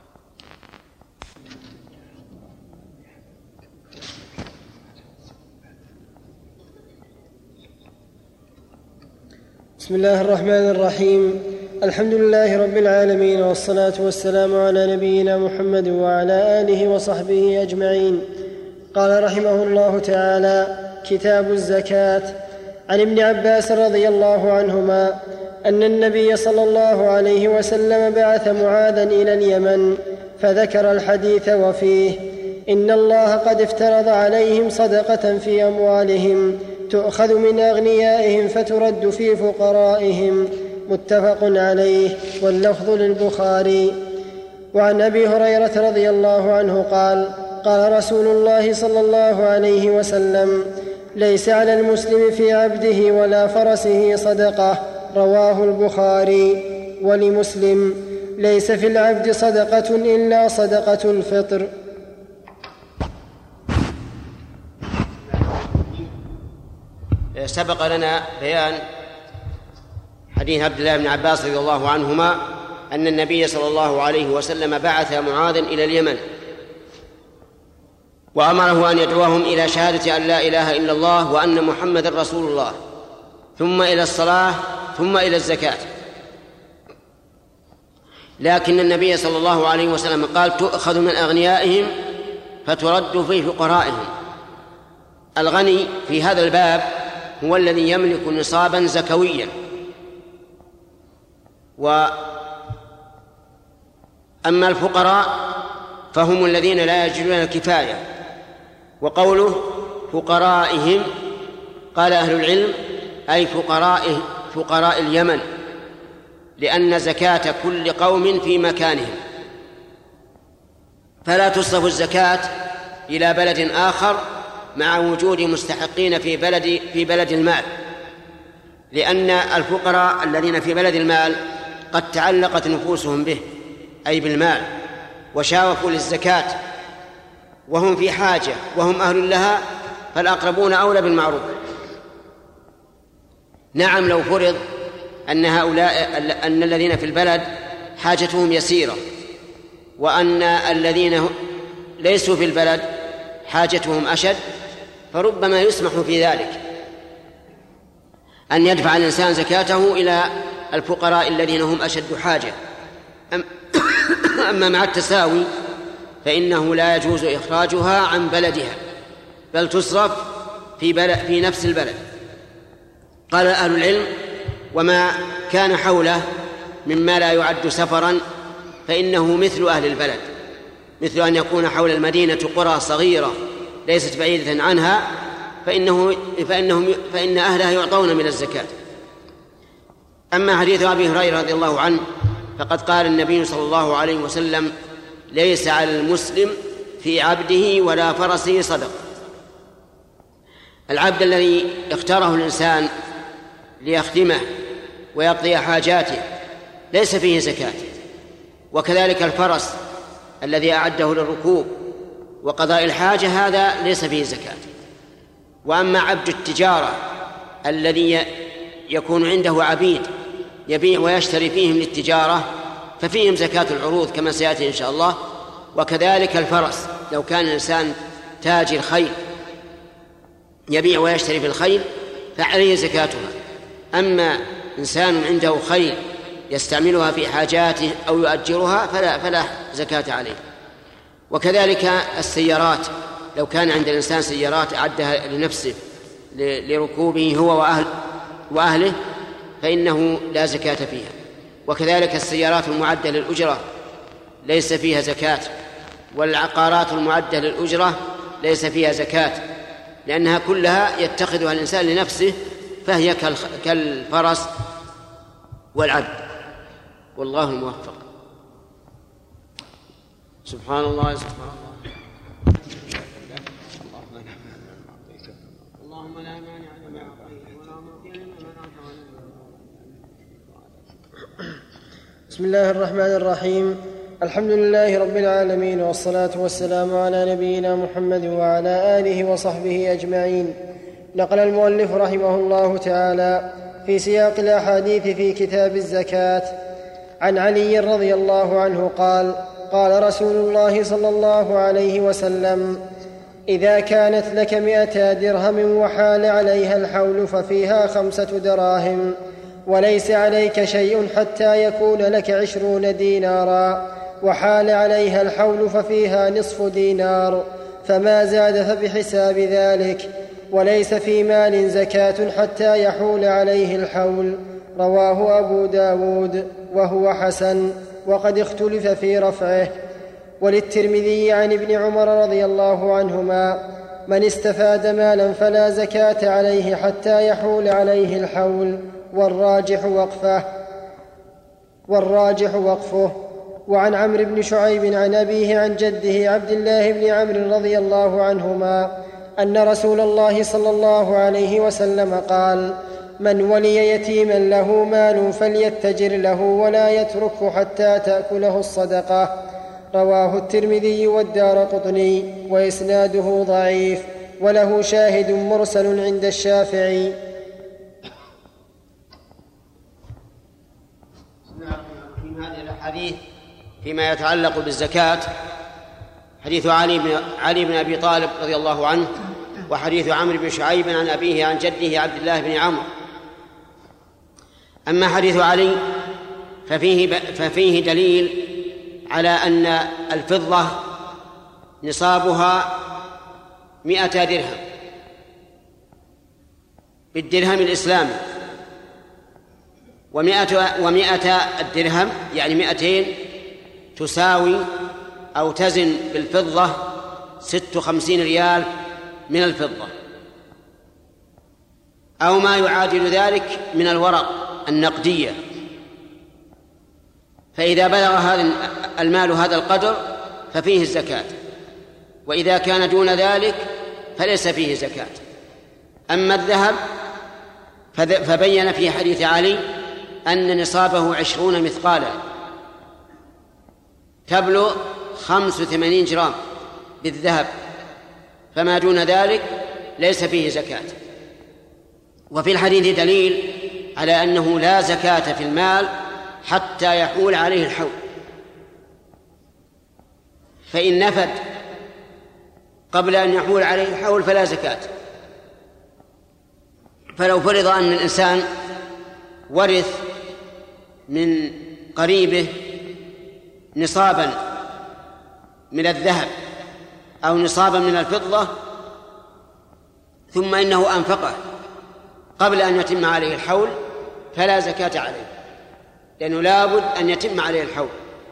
بسم الله الرحمن الرحيم. الحمد لله رب العالمين، والصلاة والسلام على نبينا محمد وعلى آله وصحبه أجمعين. قال رحمه الله تعالى: كتاب الزكاة. عن ابن عباس رضي الله عنهما أن النبي صلى الله عليه وسلم بعث معاذا إلى اليمن، فذكر الحديث وفيه: إن الله قد افترض عليهم صدقة في أموالهم تؤخذ من أغنيائهم فترد في فقرائهم. متفق عليه، واللفظ للبخاري. وعن أبي هريرة رضي الله عنه قال: قال رسول الله صلى الله عليه وسلم: ليس على المسلم في عبده ولا فرسه صدقة رواه البخاري. ولمسلم: ليس في العبد صدقة إلا صدقة الفطر. سبق لنا بيان حديث عبد الله بن عباس رضي الله عنهما أن النبي صلى الله عليه وسلم بعث معاذ إلى اليمن وأمره أن يدعوهم إلى شهادة أن لا إله إلا الله وأن محمد رسول الله، ثم إلى الصلاة، ثم إلى الزكاة. لكن النبي صلى الله عليه وسلم قال: تؤخذ من أغنيائهم فترد في فقرائهم. الغني في هذا الباب هو الذي يملك نصابا زكويا. وأما الفقراء فهم الذين لا يجدون الكفاية. وقوله فقرائهم قال أهل العلم أي فقراء اليمن، لأن زكاة كل قوم في مكانهم، فلا تصرف الزكاة إلى بلد آخر مع وجود مستحقين في بلد المال، لأن الفقراء الذين في بلد المال قد تعلقت نفوسهم به أي بالمال وشاوفوا للزكاة وهم في حاجة وهم أهل لها، فالأقربون أولى بالمعروف. نعم، لو فرض أن الذين في البلد حاجتهم يسيرة وأن الذين ليسوا في البلد حاجتهم أشد، فربما يسمح في ذلك أن يدفع الإنسان زكاته إلى الفقراء الذين هم أشد حاجة. أما مع التساوي فإنه لا يجوز إخراجها عن بلدها، بل تصرف في نفس البلد. قال أهل العلم: وما كان حوله مما لا يعد سفرا فإنه مثل أهل البلد، مثل أن يكون حول المدينة قرى صغيرة ليست بعيدة عنها فإن أهلها يعطون من الزكاة. أما حديث أبي هريرة رضي الله عنه فقد قال النبي صلى الله عليه وسلم: ليس على المسلم في عبده ولا فرسه صدقة. العبد الذي اختاره الإنسان ليخدمه ويقضي حاجاته ليس فيه زكاة، وكذلك الفرس الذي أعده للركوب وقضاء الحاجة هذا ليس فيه زكاة. وأما عبد التجارة الذي يكون عنده عبيد يبيع ويشتري فيهم للتجارة ففيهم زكاة العروض كما سيأتي إن شاء الله. وكذلك الفرس لو كان الإنسان تاجر خيل يبيع ويشتري في الخيل فعليه زكاتها. أما إنسان عنده خيل يستعملها في حاجاته أو يؤجرها فلا زكاة عليه. وكذلك السيارات، لو كان عند الإنسان سيارات أعدها لنفسه لركوبه هو وأهله فإنه لا زكاة فيها. وكذلك السيارات المعدة للأجرة ليس فيها زكاة، والعقارات المعدة للأجرة ليس فيها زكاة، لأنها كلها يتخذها الإنسان لنفسه فهي كالفرس والعبد. والله الموفق. سبحان الله سبحان الله. اللهم لا مانع لما أعطيت ولا معطي لما منعت. بسم الله الرحمن الرحيم. الحمد لله رب العالمين، والصلاة والسلام على نبينا محمد وعلى آله وصحبه أجمعين. نقل المؤلف رحمه الله تعالى في سياق الأحاديث في كتاب الزكاة عن علي رضي الله عنه قال: قال رسول الله صلى الله عليه وسلم: إذا كانت لك 100 درهم وحال عليها الحول ففيها 5 دراهم، وليس عليك شيء حتى يكون لك 20 دينارا، وحال عليها الحول ففيها نصف دينار، فما زاد فبحساب ذلك، وليس في مال زكاة حتى يحول عليه الحول. رواه أبو داود وهو حسن، وقد اختلف في رفعه. وللترمذي عن ابن عمر رضي الله عنهما: من استفاد مالا فلا زكاة عليه حتى يحول عليه الحول، والراجح وقفه. وعن عمرو بن شعيب عن أبيه عن جده عبد الله بن عمرو رضي الله عنهما أن رسول الله صلى الله عليه وسلم قال: من ولي يتيما له مال فليتجر له ولا يتركه حتى تأكله الصدقة. رواه الترمذي والدارقطني وإسناده ضعيف وله شاهد مرسل عند الشافعي. من هذه الأحاديث فيما يتعلق بالزكاة حديث علي بن أبي طالب رضي الله عنه، وحديث عمرو بن شعيب عن أبيه عن جده عبد الله بن عمرو. أما حديث علي ففيه دليل على أن الفضة نصابها 100 درهم بالدرهم الإسلامي، ومئة الدرهم يعني 200 تساوي أو تزن بالفضة 56 ريال من الفضة أو ما يعادل ذلك من الورق النقدية. فإذا بلغ هذا المال هذا القدر ففيه الزكاة، وإذا كان دون ذلك فليس فيه زكاة. أما الذهب فبين في حديث علي أن نصابه 20 مثقالا تبلغ 85 جرام بالذهب، فما دون ذلك ليس فيه زكاة. وفي الحديث دليل على أنه لا زكاة في المال حتى يحول عليه الحول، فإن نفد قبل أن يحول عليه الحول فلا زكاة. فلو فرض أن الإنسان ورث من قريبه نصابا من الذهب أو نصابا من الفضة ثم إنه أنفقه قبل أن يتم عليه الحول فلا زكاة عليه، لأنه لابد أن يتم عليه الحول.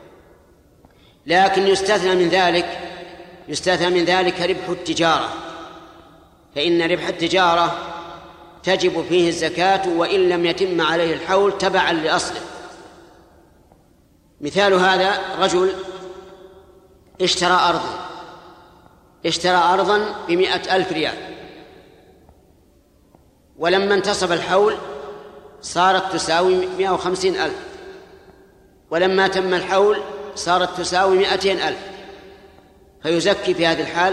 لكن يستثنى من ذلك ربح التجارة، فإن ربح التجارة تجب فيه الزكاة وإن لم يتم عليه الحول تبعا لأصله. مثال هذا رجل اشترى أرضا ب100,000 ريال، ولما انتصف الحول صارت تساوي 150,000، ولما تم الحول صارت تساوي 200,000، فيزكي في هذه الحال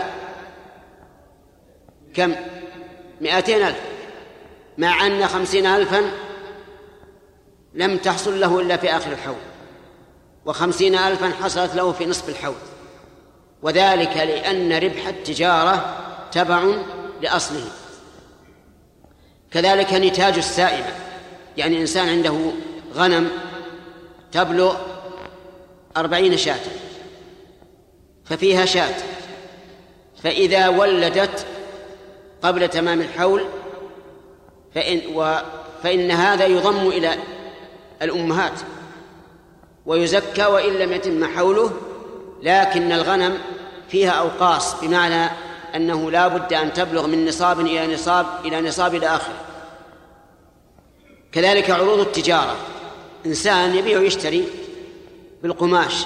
كم؟ 200,000، مع أن 50,000 لم تحصل له إلا في آخر الحول، و50,000 حصلت له في نصف الحول، وذلك لأن ربح التجارة تبع لأصله. كذلك نتاج السائمة، يعني إنسان عنده غنم تبلغ 40 شاة، ففيها شاة، فإذا ولدت قبل تمام الحول فإن هذا يضم إلى الأمهات ويزكى وإن لم يتم حوله، لكن الغنم فيها أوقاص، بمعنى أنه لا بد أن تبلغ من نصاب إلى نصاب إلى آخره. كذلك عروض التجارة، إنسان يبيع ويشتري بالقماش،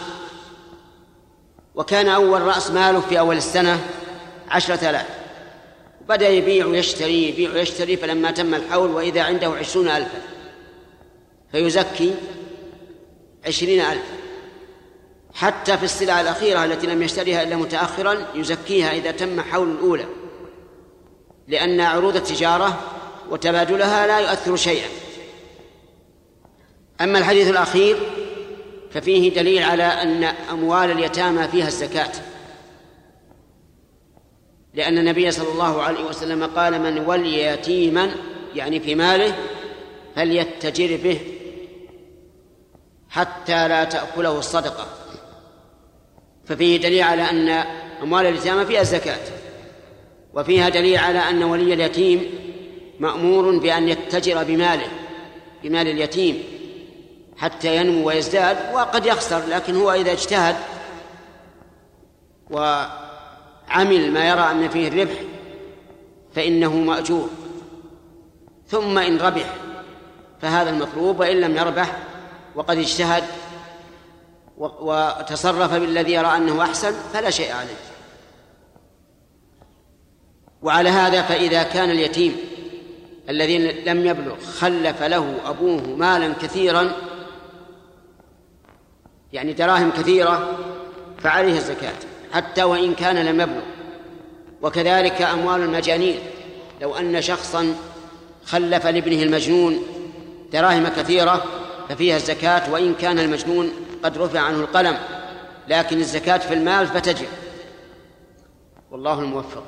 وكان أول رأس ماله في أول السنة 10,000، بدأ يبيع ويشتري فلما تم الحول وإذا عنده 20,000 فيزكي 20,000. حتى في السلعة الأخيرة التي لم يشتريها إلا متأخرا يزكيها إذا تم حول الأولى، لأن عروض التجارة وتبادلها لا يؤثر شيئا. أما الحديث الأخير ففيه دليل على أن أموال اليتامى فيها الزكاة، لأن النبي صلى الله عليه وسلم قال: من ولي يتيما يعني في ماله فليتجر به حتى لا تأكله الصدقة. ففيه دليل على أن أموال اليتامى فيها الزكاة، وفيها دليل على أن ولي اليتيم مأمور بأن يتجر بمال اليتيم حتى ينمو ويزداد، وقد يخسر، لكن هو إذا اجتهد وعمل ما يرى أن فيه الربح فإنه مأجور، ثم إن ربح فهذا المطلوب، وإن لم يربح وقد اجتهد وتصرف بالذي يرى أنه أحسن فلا شيء عليه. وعلى هذا فإذا كان اليتيم الذي لم يبلغ خلف له أبوه مالا كثيرا، يعني دراهم كثيرة، فعليه الزكاة حتى وإن كان لم يبلغ. وكذلك أموال المجانين، لو أن شخصا خلف لابنه المجنون دراهم كثيرة ففيها الزكاة وإن كان المجنون قد رفع عنه القلم، لكن الزكاة في المال فتجب، والله الموفق.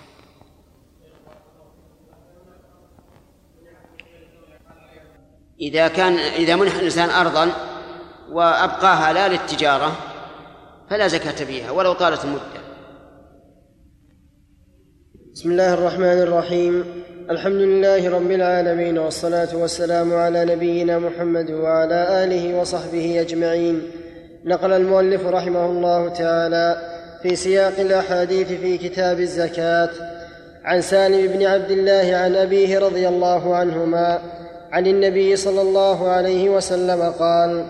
إذا منح الإنسان أرضا وأبقاها لا للتجارة فلا زكاة فيها ولو طالت المدة. بسم الله الرحمن الرحيم. الحمد لله رب العالمين، والصلاة والسلام على نبينا محمد وعلى آله وصحبه أجمعين. نقل المؤلف رحمه الله تعالى في سياق الأحاديث في كتاب الزكاة عن سالم بن عبد الله عن أبيه رضي الله عنهما عن النبي صلى الله عليه وسلم قال: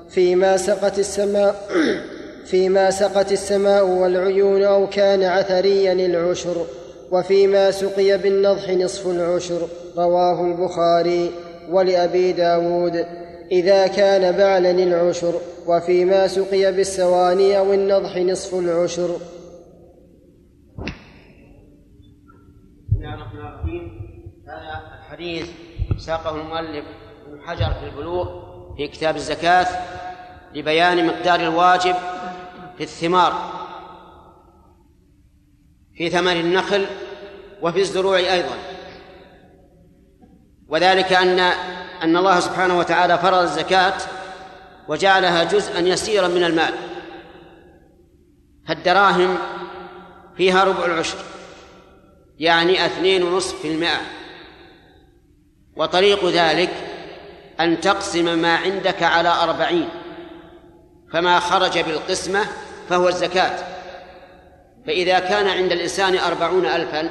فيما سقت السماء والعيون أو كان عثريا العشر، وفيما سقي بالنضح نصف العشر. رواه البخاري. ولأبي داود: إذا كان بعلا العشر، وفيما سقي بالسواني أو النضح نصف العشر. بسم الله الرحمن الرحيم. هذا الحديث ساقه المؤلف ابن حجر في البلوغ في كتاب الزكاة لبيان مقدار الواجب في الثمار، في ثمر النخل وفي الزروع أيضا، وذلك أن الله سبحانه وتعالى فرض الزكاة وجعلها جزءا يسيرا من المال، فالدراهم فيها ربع العشر يعني 2.5%. وطريق ذلك أن تقسم ما عندك على 40، فما خرج بالقسمة فهو الزكاة. فإذا كان عند الإنسان 40,000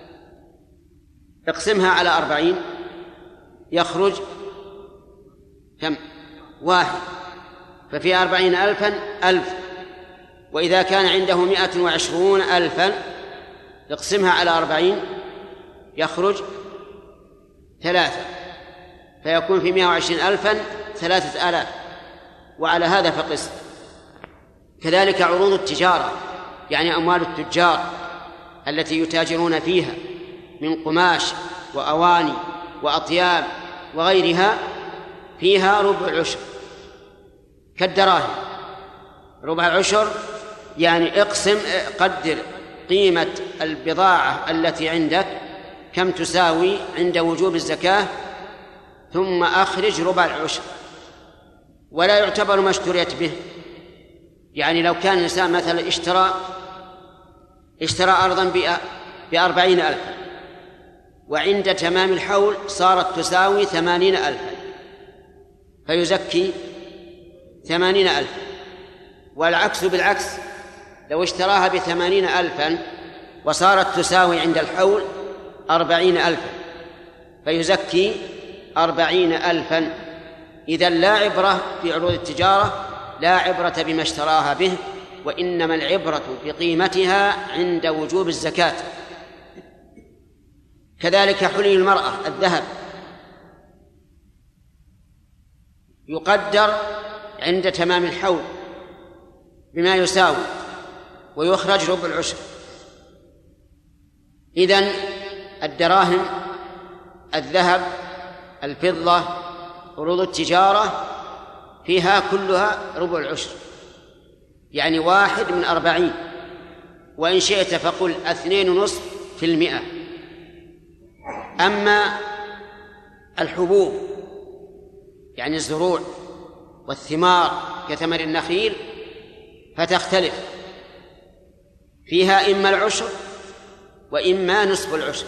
اقسمها على 40 يخرج كم؟ 1. ففي 40,000 1,000. وإذا كان عنده 120,000 اقسمها على 40 يخرج 3، فيكون في 120,000 3,000. وعلى هذا فقس. كذلك عروض التجارة، يعني أموال التجار التي يتاجرون فيها من قماش وأواني وأطياب وغيرها، فيها ربع العشر كالدراهم. ربع العشر يعني قدر قيمة البضاعة التي عندك كم تساوي عند وجوب الزكاة، ثم أخرج ربع العشر، ولا يعتبر ما اشتريت به. يعني لو كان الإنسان مثلا اشترى أرضا ب40,000 وعند تمام الحول صارت تساوي 80,000 فيزكي 80,000. والعكس بالعكس، لو اشتراها ب80,000 وصارت تساوي عند الحول 40,000 فيزكي 40,000. إذن لا عبرة في عروض التجارة، لا عبرة بما اشتراها به، وإنما العبرة بقيمتها عند وجوب الزكاة. كذلك حلي المرأة الذهب يقدر عند تمام الحول بما يساوي ويخرج ربع العشر. إذن الدراهم، الذهب، الفضة، عروض التجارة فيها كلها ربع العشر، يعني 1/40. وإن شئت فقل 2.5%. أما الحبوب يعني الزروع والثمار كثمر النخيل فتختلف، فيها إما العشر وإما نصف العشر.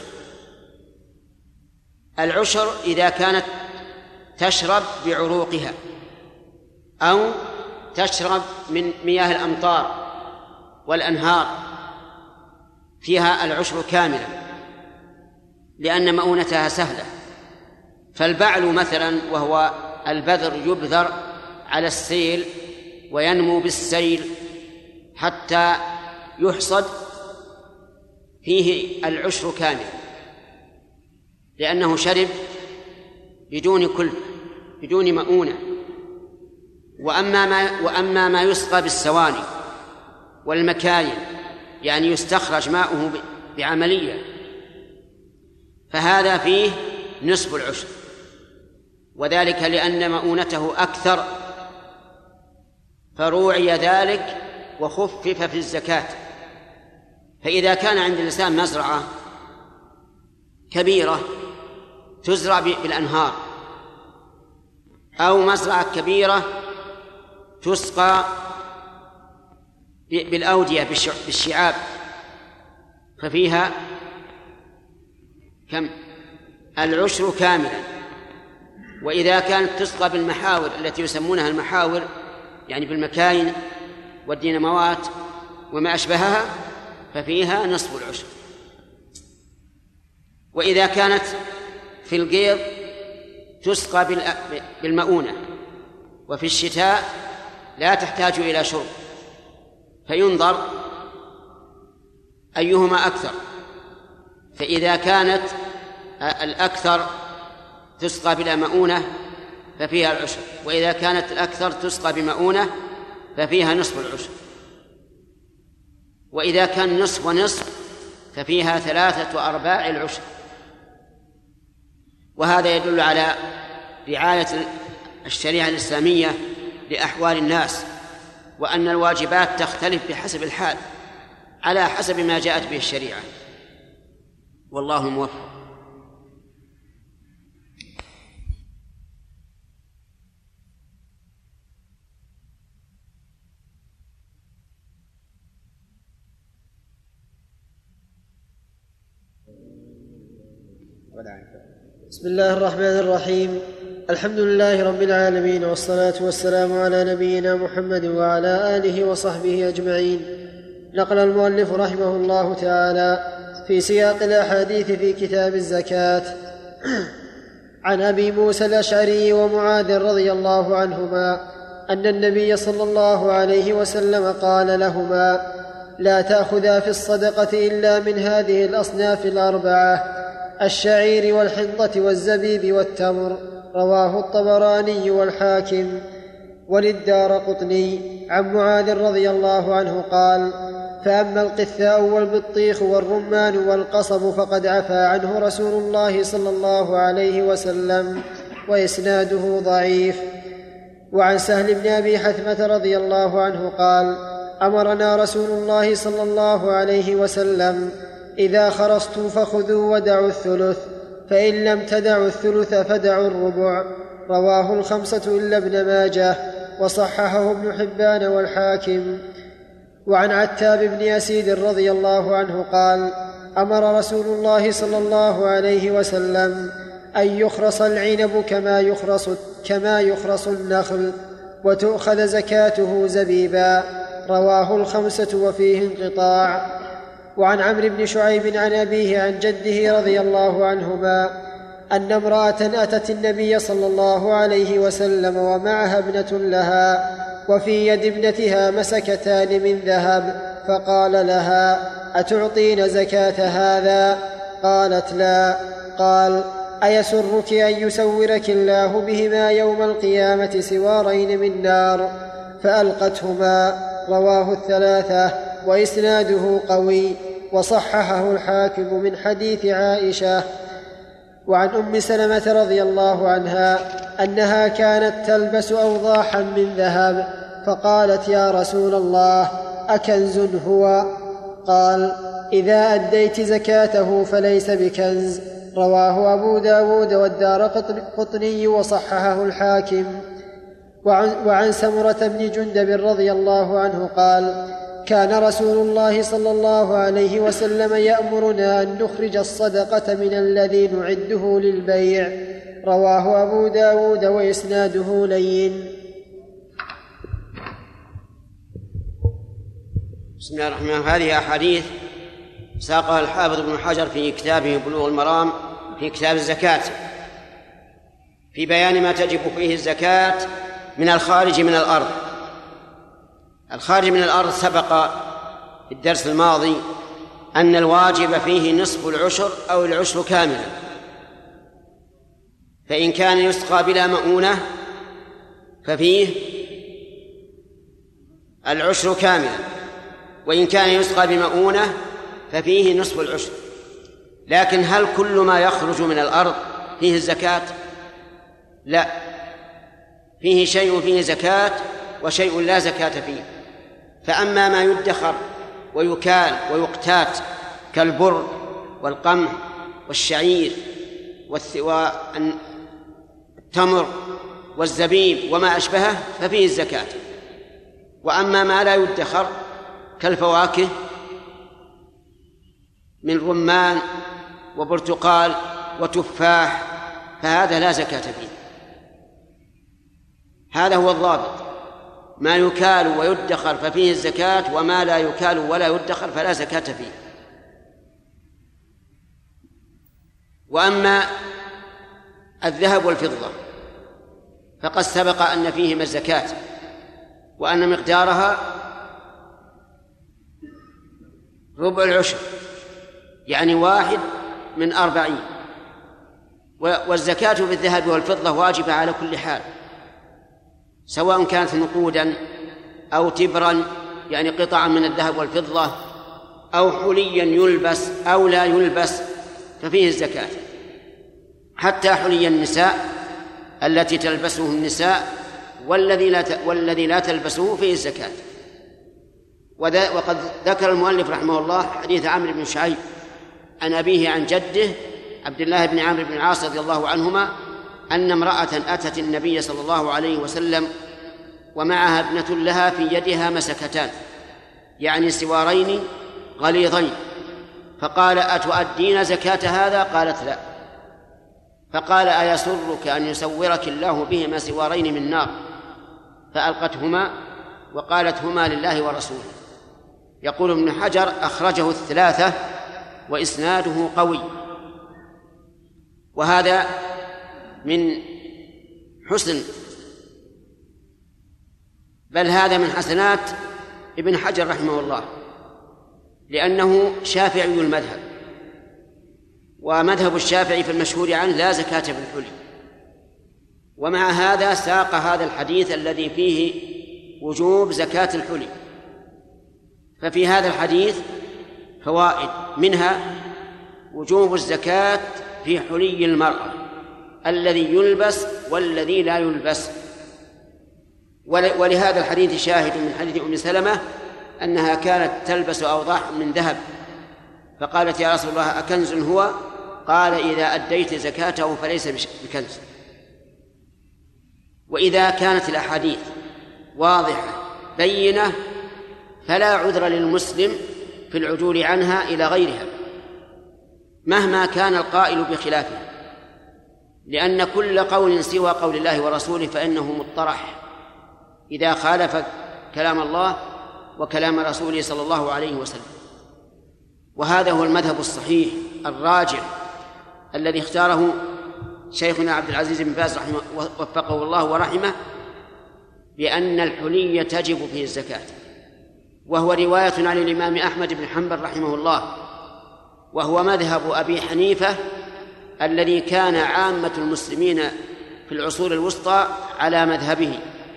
العشر إذا كانت تشرب بعروقها أو تشرب من مياه الأمطار والأنهار فيها العشر كاملا لأن مؤونتها سهلة. فالبعل مثلا وهو البذر يبذر على السيل وينمو بالسيل حتى يحصد، فيه العشر كامل لأنه شرب بدون كلفة بدون مؤونة. وأما ما يسقى بالسواني والمكاين يعني يستخرج ماؤه بعملية فهذا فيه نصف العشر، وذلك لأن مؤونته أكثر فروعي ذلك وخفف في الزكاة. فإذا كان عند الإنسان مزرعة كبيرة تزرع بالأنهار أو مزرعة كبيرة تسقى بالأودية بالشعاب ففيها كم؟ العشر كاملا. وإذا كانت تسقى بالمحاور التي يسمونها المحاور يعني بالمكاين والديناموات وما أشبهها ففيها نصف العشر. وإذا كانت في القيض تسقى بالمؤونة وفي الشتاء لا تحتاج إلى شرب فينظر أيهما أكثر، فإذا كانت الأكثر تسقى بلا مؤونة ففيها العشر، وإذا كانت الأكثر تسقى بمؤونة ففيها نصف العشر، وإذا كان نصف ونصف ففيها 3/4 العشر. وهذا يدل على رعاية الشريعة الإسلامية لأحوال الناس، وأن الواجبات تختلف بحسب الحال على حسب ما جاءت به الشريعة، والله موفق. بسم الله الرحمن الرحيم. الحمد لله رب العالمين، والصلاة والسلام على نبينا محمد وعلى آله وصحبه أجمعين. نقل المؤلف رحمه الله تعالى في سياق الأحاديث في كتاب الزكاة عن أبي موسى الأشعري ومعاذ رضي الله عنهما أن النبي صلى الله عليه وسلم قال لهما: لا تأخذا في الصدقة إلا من هذه الأصناف الأربعة: الشعير والحنطة والزبيب والتمر. رواه الطبراني والحاكم. وللدارقطني عن معاذ رضي الله عنه قال: فأما القثاء والبطيخ والرمان والقصب فقد عفى عنه رسول الله صلى الله عليه وسلم، وإسناده ضعيف. وعن سهل بن أبي حثمة رضي الله عنه قال: أمرنا رسول الله صلى الله عليه وسلم: إذا خرصتم فخذوا ودعوا الثلث، فإن لم تدعوا الثلث فدعوا الربع. رواه الخمسة إلا ابن ماجه، وصححه ابن حبان والحاكم. وعن عتاب بن أسيد رضي الله عنه قال: أمر رسول الله صلى الله عليه وسلم أن يخرص العنب كما يخرص النخل، وتؤخذ زكاته زبيبا. رواه الخمسة وفيه انقطاع. وعن عمرو بن شعيب عن أبيه عن جده رضي الله عنهما أن امرأة أتت النبي صلى الله عليه وسلم ومعها ابنة لها، وفي يد ابنتها مسكتان من ذهب، فقال لها: أتعطين زكاة هذا؟ قالت: لا. قال: أيسرك أن يسورك الله بهما يوم القيامة سوارين من نار؟ فألقتهما. رواه الثلاثة، وإسناده قوي، وصححه الحاكم من حديث عائشة. وعن أم سلمة رضي الله عنها أنها كانت تلبس أوضاحا من ذهب، فقالت: يا رسول الله، أكنز هو؟ قال: إذا أديت زكاته فليس بكنز. رواه أبو داود والدارقطني، وصححه الحاكم. وعن سمرة بن جندب رضي الله عنه قال: كان رسول الله صلى الله عليه وسلم يأمرنا أن نخرج الصدقة من الذي نعده للبيع. رواه أبو داود، وإسناده لين. بسم الله الرحمن الرحيم. هذه أحاديث ساقها الحافظ ابن حجر في كتابه بلوغ المرام في كتاب الزكاة في بيان ما تجب فيه الزكاة من الخارج من الأرض. الخارج من الأرض سبق في الدرس الماضي أن الواجب فيه نصف العشر أو العشر كاملا، فإن كان يسقى بلا مؤونة ففيه العشر كاملا، وإن كان يسقى بمؤونة ففيه نصف العشر. لكن هل كل ما يخرج من الأرض فيه الزكاة؟ لا، فيه شيء فيه زكاة وشيء لا زكاة فيه. فأما ما يدخر ويكال ويقتات كالبر والقمح والشعير والتمر والزبيب وما أشبهه ففيه الزكاة. وأما ما لا يدخر كالفواكه من رمان وبرتقال وتفاح فهذا لا زكاة فيه. هذا هو الضابط: ما يكال ويدخر ففيه الزكاة، وما لا يكال ولا يدخر فلا زكاة فيه. وأما الذهب والفضة فقد سبق أن فيهما الزكاة، وأن مقدارها ربع العشر، يعني 1/40. والزكاة في الذهب والفضة واجبة على كل حال، سواء كانت نقودا أو تبرا يعني قطعا من الذهب والفضة، أو حليا يلبس أو لا يلبس ففيه الزكاة. حتى حلي النساء التي تلبسه النساء والذي لا تلبسه فيه الزكاة. وقد ذكر المؤلف رحمه الله حديث عمرو بن شعيب عن أبيه عن جده عبد الله بن عمرو بن العاص رضي الله عنهما أن امرأة أتت النبي صلى الله عليه وسلم ومعها ابنة لها في يدها مسكتان، يعني سوارين غليظين، فقال: أتؤدين زكاة هذا؟ قالت: لا. فقال: أيسرك أن يسورك الله بهما سوارين من نار؟ فألقتهما وقالت: هما لله ورسوله. يقول ابن حجر: أخرجه الثلاثة وإسناده قوي. وهذا من حسن، بل هذا من حسنات ابن حجر رحمه الله، لأنه شافعي المذهب، ومذهب الشافعي في المشهور عنه لا زكاة في الحلي. ومع هذا ساق هذا الحديث الذي فيه وجوب زكاة الحلي. ففي هذا الحديث فوائد، منها وجوب الزكاة في حلي المرأة الذي يلبس والذي لا يلبس. ولهذا الحديث شاهد من حديث أم سلمة أنها كانت تلبس أوضاح من ذهب، فقالت: يا رسول الله أكنز هو؟ قال: إذا أديت زكاته فليس بكنز. وإذا كانت الأحاديث واضحة بينة فلا عذر للمسلم في العدول عنها إلى غيرها مهما كان القائل بخلافه، لأن كل قول سوى قول الله ورسوله فإنه مطرح إذا خالف كلام الله وكلام رسوله صلى الله عليه وسلم. وهذا هو المذهب الصحيح الراجع الذي اختاره شيخنا عبد العزيز بن باز رحمه وفقه الله ورحمه، بأن الحلي تجب فيه الزكاة، وهو رواية عن الإمام أحمد بن حنبل رحمه الله، وهو مذهب أبي حنيفة الذي كان عامة المسلمين في العصور الوسطى على مذهبه،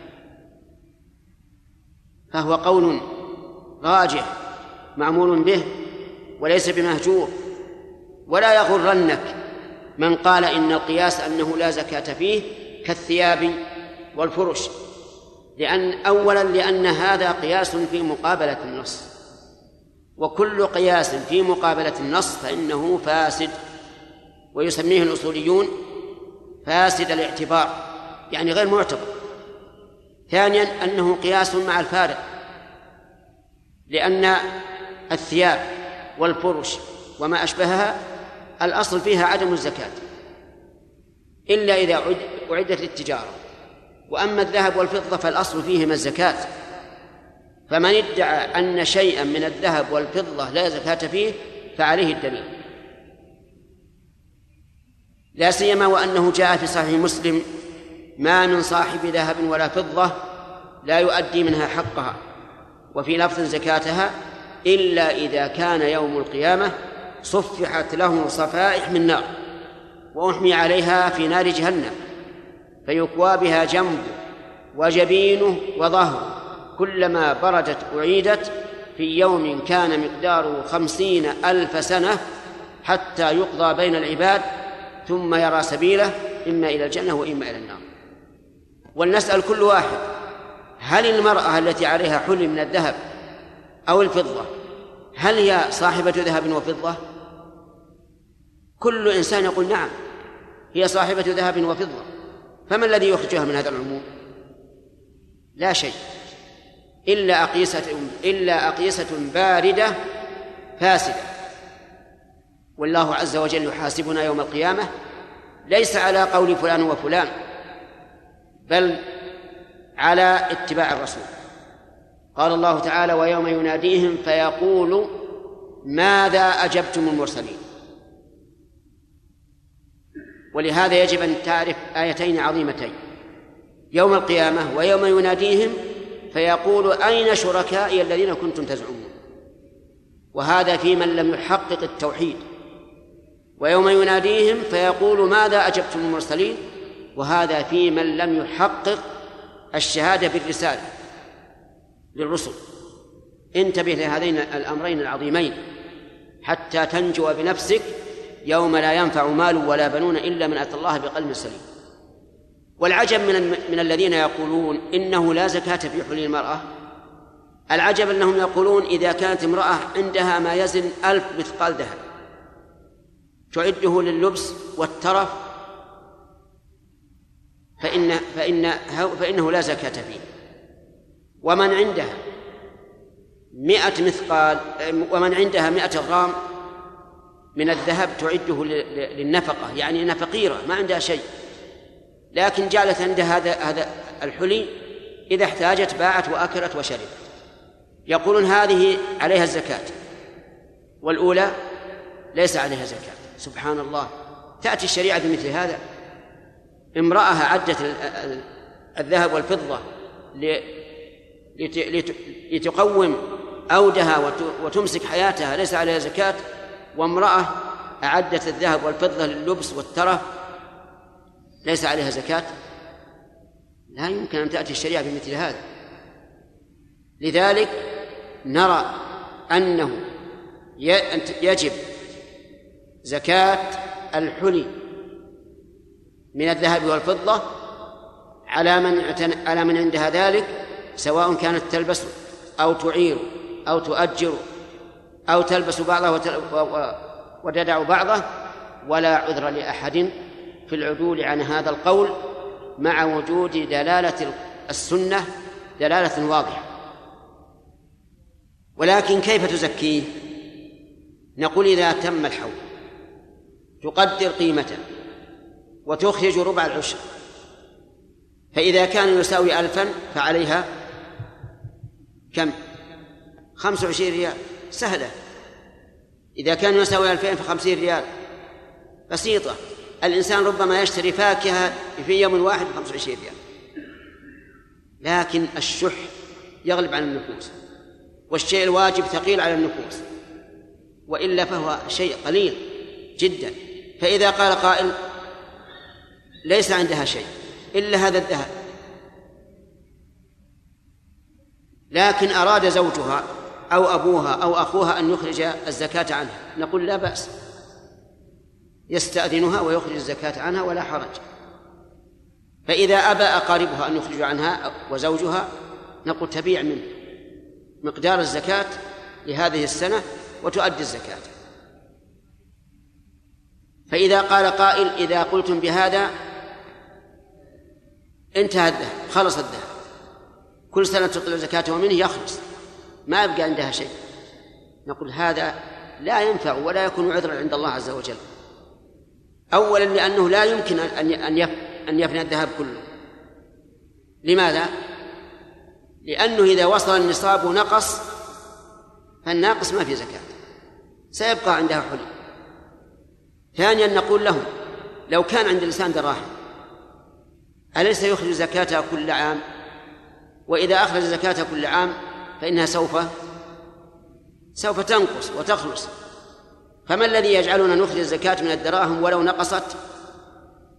فهو قول راجح معمول به وليس بمهجور. ولا يغرنك من قال إن القياس أنه لا زكاة فيه كالثياب والفرش، لأن هذا قياس في مقابلة النص، وكل قياس في مقابلة النص فإنه فاسد، ويسميه الأصوليون فاسد الاعتبار، يعني غير معتبر. ثانيا أنه قياس مع الفارق، لأن الثياب والفرش وما أشبهها الأصل فيها عدم الزكاة إلا إذا أعدت للتجارة، وأما الذهب والفضة فالأصل فيهما الزكاة. فمن ادعى أن شيئا من الذهب والفضة لا زكاة فيه فعليه الدليل، لا سيما وأنه جاء في صحيح مسلم: ما من صاحب ذهب ولا فضة لا يؤدي منها حقها، وفي لفظ زكاتها، إلا إذا كان يوم القيامة صفحت له صفائح من نار. وأحمي عليها في نار جهنم فيكوى بها جنبه وجبينه وظهره كلما بردت أعيدت في يوم كان مقداره 50,000 سنة حتى يقضى بين العباد ثم يرى سبيله إما إلى الجنة وإما إلى النار. ولنسأل كل واحد: هل المرأة التي عليها حلي من الذهب أو الفضة هل هي صاحبة ذهب وفضة؟ كل إنسان يقول نعم هي صاحبة ذهب وفضة، فما الذي يخرجها من هذا العموم؟ لا شيء إلا أقيسة باردة فاسدة. والله عز وجل يحاسبنا يوم القيامة ليس على قول فلان وفلان بل على اتباع الرسول. قال الله تعالى: ويوم يناديهم فيقول ماذا أجبتم المرسلين. ولهذا يجب أن تعرف آيتين عظيمتين: يوم القيامة ويوم يناديهم فيقول أين شركائي الذين كنتم تزعمون، وهذا في من لم يحقق التوحيد. ويوم يناديهم فيقول ماذا أجبتم المرسلين، وهذا في من لم يحقق الشهادة بالرسالة للرسل. انتبه لهذين الأمرين العظيمين حتى تنجو بنفسك يوم لا ينفع مال ولا بنون إلا من أتى الله بقلب سليم. والعجب من الذين يقولون إنه لا زكاة في حلي المرأة، العجب أنهم يقولون إذا كانت امرأة عندها ما يزن 1000 مثقال ذهب تعده لللبس والترف فإنه لا زكاة فيه. ومن عندها 100 مثقال ومن عندها 100 غرام من الذهب تعده للنفقة، يعني أنها فقيرة ما عندها شيء، لكن جعلت عندها هذا الحلي إذا احتاجت باعت وأكلت وشربت. يقولون هذه عليها الزكاة والأولى ليس عليها زكاة. سبحان الله، تأتي الشريعة بمثل هذا. امرأة عدت الذهب والفضة لتقوم أودها وتمسك حياتها ليس عليها زكاة، وامرأة أعدت الذهب والفضة لللبس والترف ليس عليها زكاة. لا يمكن أن تأتي الشريعة بمثل هذا. لذلك نرى أنه يجب زكاة الحلي من الذهب والفضة على من عندها ذلك، سواء كانت تلبس أو تعير أو تؤجر أو تلبس بعضه وتدع بعضه، ولا عذر لأحد في العدول عن هذا القول مع وجود دلالة السنة دلالة واضحة. ولكن كيف تزكيه؟ نقول إذا تم الحول تقدر قيمته وتخرج ربع العشر، فإذا كان يساوي 1000 فعليها كم؟ 25 ريال، سهلة. إذا كان يساوي 2000 ف50 ريال بسيطة. الإنسان ربما يشتري فاكهة في يوم واحد ب25 ريال، لكن الشح يغلب على النفوس والشيء الواجب ثقيل على النفوس، وإلا فهو شيء قليل جدا. فإذا قال قائل ليس عندها شيء إلا هذا الذهب، لكن أراد زوجها أو أبوها أو أخوها أن يخرج الزكاة عنها، نقول لا بأس، يستأذنها ويخرج الزكاة عنها ولا حرج. فإذا أبى أقاربها أن يخرجوا عنها وزوجها نقول تبيع منه مقدار الزكاة لهذه السنة وتؤدي الزكاة. فإذا قال قائل إذا قلتم بهذا انتهى الذهب، خلص الذهب، كل سنة تطلع زكاته منه يخلص ما يبقى عندها شيء، نقول هذا لا ينفع ولا يكون عذرا عند الله عز وجل. أولا لأنه لا يمكن أن يفنى الذهب كله. لماذا؟ لأنه إذا وصل النصاب ونقص فالناقص ما في زكاة، سيبقى عندها حلي. ثانيا نقول لهم لو كان عند الإنسان دراهم أليس يخرج زكاتها كل عام؟ وإذا أخرج زكاتها كل عام فإنها سوف تنقص وتخلص. فما الذي يجعلنا نخرج الزكاة من الدراهم ولو نقصت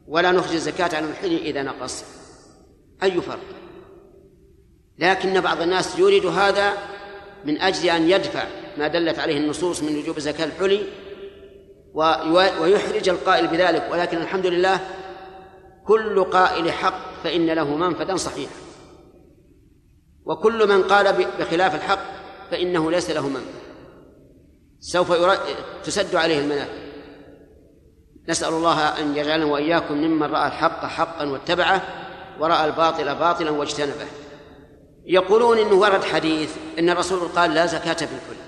ولا نخرج الزكاة عن الحلي إذا نقص، أي فرق؟ لكن بعض الناس يريد هذا من أجل أن يدفع ما دلت عليه النصوص من وجوب زكاة الحلي ويحرج القائل بذلك. ولكن الحمد لله كل قائل حق فإن له منفذا صحيحا، وكل من قال بخلاف الحق فإنه ليس له منفذ، سوف تسد عليه المنافذ. نسأل الله أن يجعلنا وإياكم ممن رأى الحق حقا واتبعه ورأى الباطل باطلا واجتنبه. يقولون إنه ورد حديث إن الرسول قال لا زكاة في الحلي،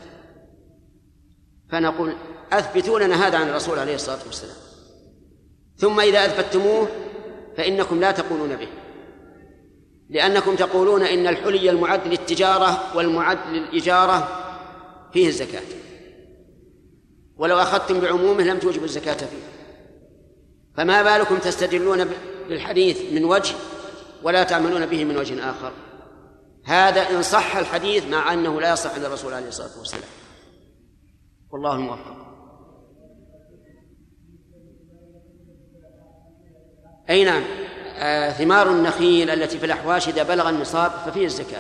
فنقول أثبتوا لنا هذا عن الرسول عليه الصلاة والسلام، ثم إذا أثبتموه فإنكم لا تقولون به، لأنكم تقولون إن الحلي المعد للتجارة والمعد للإجارة فيه الزكاة، ولو أخذتم بعمومه لم توجبوا الزكاة فيه، فما بالكم تستدلون بالحديث من وجه ولا تعملون به من وجه آخر؟ هذا إن صح الحديث، مع أنه لا يصح عند الرسول عليه الصلاة والسلام، والله الموفق. أي نعم، ثمار النخيل التي في الأحواش إذا بلغ النصاب ففيه الزكاة.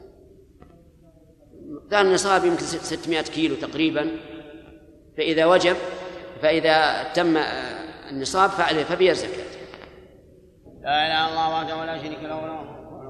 مقدار النصاب يمكن 600 كيلو تقريبا، فإذا تم النصاب ففيه الزكاة. لا إله إلا الله وحده ولا شريك له.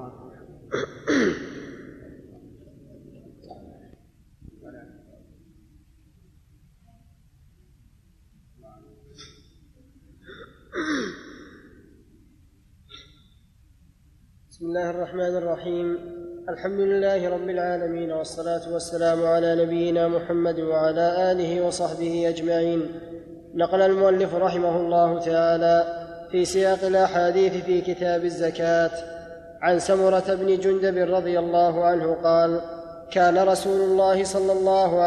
بسم الله الرحمن الرحيم. الحمد لله رب العالمين، والصلاة والسلام على نبينا محمد وعلى آله وصحبه أجمعين. نقل المؤلف رحمه الله تعالى في سياق الأحاديث في كتاب الزكاة عن سمرة بن جندب رضي الله عنه قال: كان رسول الله صلى الله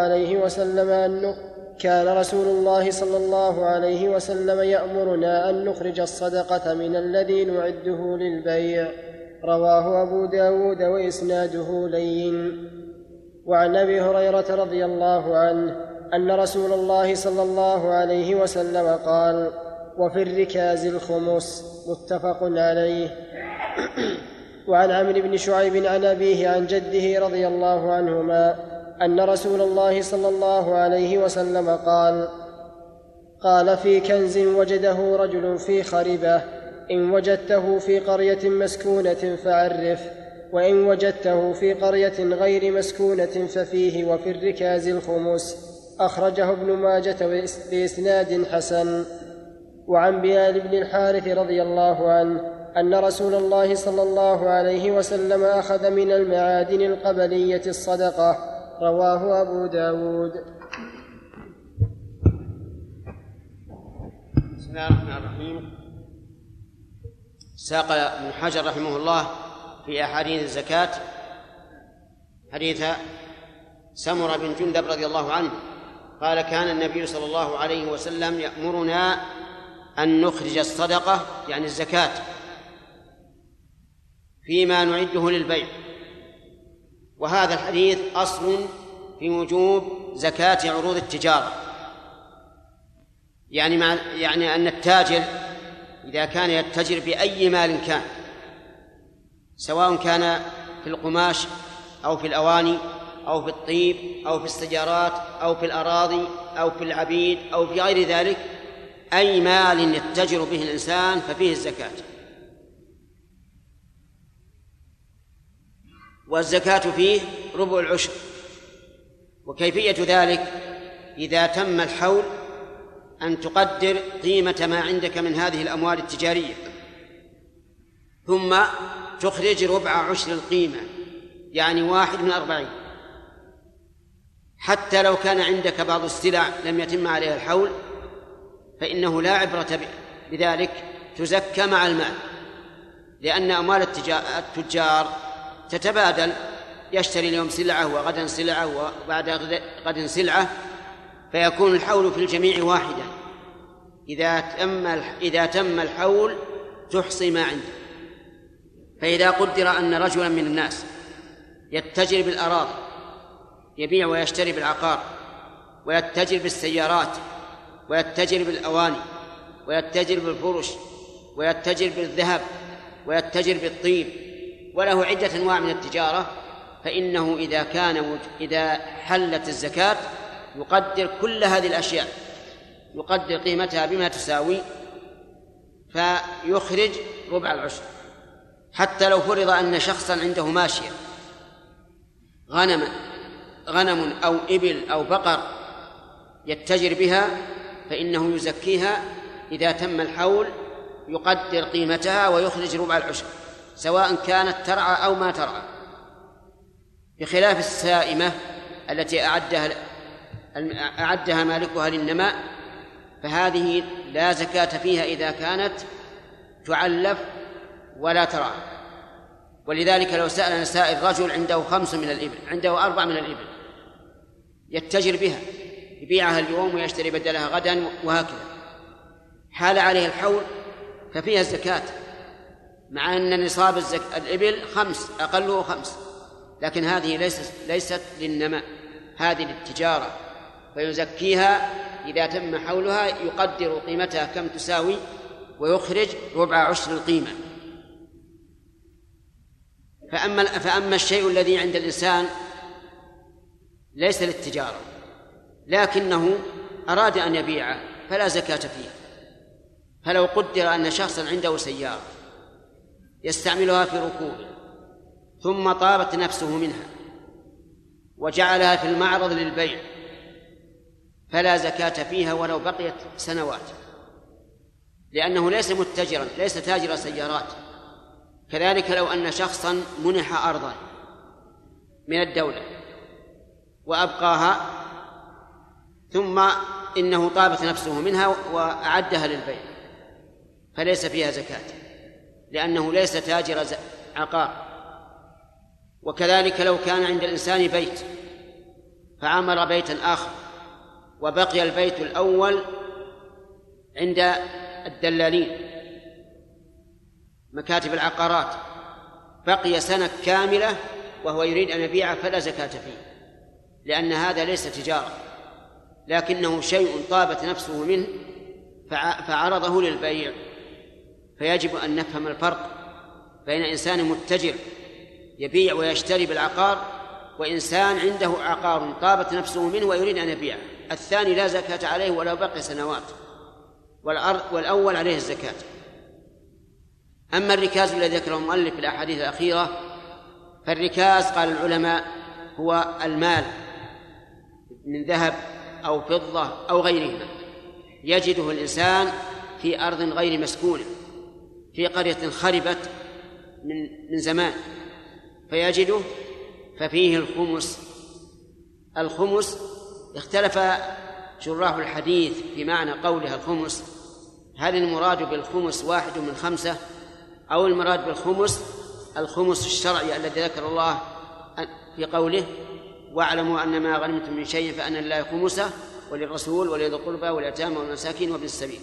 عليه وسلم يأمرنا أن نخرج الصدقة من الذي نعده للبيع. رواه أبو داود وإسناده لين. وعن أبي هريرة رضي الله عنه أن رسول الله صلى الله عليه وسلم قال: وفي الركاز الخمس. متفق عليه. وعن عمرو بن شعيب عن أبيه عن جده رضي الله عنهما أن رسول الله صلى الله عليه وسلم قال في كنز وجده رجل في خربة: إن وجدته في قرية مسكونة فعرف، وإن وجدته في قرية غير مسكونة ففيه وفي الركاز الخمس. أخرجه ابن ماجة بإسناد حسن. وعن بلال بن الحارث رضي الله عنه أن رسول الله صلى الله عليه وسلم أخذ من المعادن القبلية الصدقة. رواه أبو داود. بسم الله الرحمن الرحيم. ساق ابن حجر رحمه الله في أحاديث الزكاة حديث سمرة بن جندب رضي الله عنه قال: كان النبي صلى الله عليه وسلم يأمرنا أن نخرج الصدقة يعني الزكاة فيما نعده للبيع. وهذا الحديث أصل في وجوب زكاة عروض التجارة، يعني أن التاجر إذا كان يتجر بأي مال كان، سواء كان في القماش أو في الأواني أو في الطيب أو في السيارات أو في الأراضي أو في العبيد أو في غير ذلك، أي مال يتجر به الإنسان ففيه الزكاة. والزكاة فيه ربع العشر. وكيفية ذلك: إذا تم الحول أن تقدر قيمة ما عندك من هذه الأموال التجارية، ثم تخرج ربع عشر القيمة، يعني 1/40. حتى لو كان عندك بعض السلع لم يتم عليها الحول فإنه لا عبرة بذلك، تزكى مع المال، لأن أموال التجار تتبادل، يشتري اليوم سلعة وغدا سلعة وبعد غد سلعة، فيكون الحول في الجميع واحدا. إذا تم الحول تحصي ما عنده. فإذا قدر أن رجلا من الناس يتجر بالأراضي، يبيع ويشتري بالعقار، ويتجر بالسيارات، ويتجر بالأواني، ويتجر بالفرش، ويتجر بالذهب ويتجر بالطيب وله عدة أنواع من التجارة، فإنه إذا حلت الزكاة يقدر كل هذه الأشياء، يقدر قيمتها بما تساوي فيخرج ربع العشر. حتى لو فرض أن شخصا عنده ماشية غنم أو إبل أو بقر يتجر بها، فإنه يزكيها إذا تم الحول، يقدر قيمتها ويخرج ربع العشر، سواء كانت ترعى أو ما ترعى، بخلاف السائمة التي أعدها مالكها للنماء، فهذه لا زكاة فيها إذا كانت تعلف ولا ترعى. ولذلك لو سألنا سائل رجل عنده 5 من الإبل، عنده 4 من الإبل، يتجر بها، يبيعها اليوم ويشتري بدلها غدا وهكذا، حال عليه الحول ففيها الزكاة، مع أن نصاب الإبل 5 أقله 5، لكن هذه ليست للنماء، هذه للتجارة، فيزكيها إذا تم حولها، يقدر قيمتها كم تساوي ويخرج ربع عشر القيمة. فأما الشيء الذي عند الإنسان ليس للتجارة لكنه أراد أن يبيعه فلا زكاة فيه. فلو قدر أن شخصا عنده سيارة يستعملها في ركوبه ثم طابت نفسه منها وجعلها في المعرض للبيع فلا زكاة فيها ولو بقيت سنوات، لأنه ليس متجرا، ليس تاجر سيارات. كذلك لو أن شخصا منح أرضا من الدولة وأبقاها ثم إنه طابت نفسه منها وأعدها للبيع فليس فيها زكاة، لأنه ليس تاجر عقار. وكذلك لو كان عند الإنسان بيت فعمر بيتا آخر وبقي البيت الأول عند الدلالين مكاتب العقارات، بقي سنة كاملة وهو يريد أن يبيعه فلا زكاة فيه، لأن هذا ليس تجارة لكنه شيء طابت نفسه منه فعرضه للبيع. فيجب أن نفهم الفرق بين إنسان متجر يبيع ويشتري بالعقار وإنسان عنده عقار طابت نفسه منه ويريد أن يبيعه. الثاني لا زكاة عليه ولو بقي سنوات، والأول عليه الزكاة. أما الركاز الذي ذكره المؤلف في الأحاديث الأخيرة، فالركاز قال العلماء هو المال من ذهب أو فضة أو غيرهما يجده الإنسان في أرض غير مسكونة، في قرية خربت من زمان فيجده، ففيه الخمس اختلف شراح الحديث في معنى قولها الخمس، هل المراد بالخمس 1 من 5 أو المراد الخمس الشرعي الذي ذكر الله في قوله واعلموا أن ما غنمتم من شيء فأن لله خمسه وللرسول ولذي القربى واليتامى والمساكين وابن السبيل.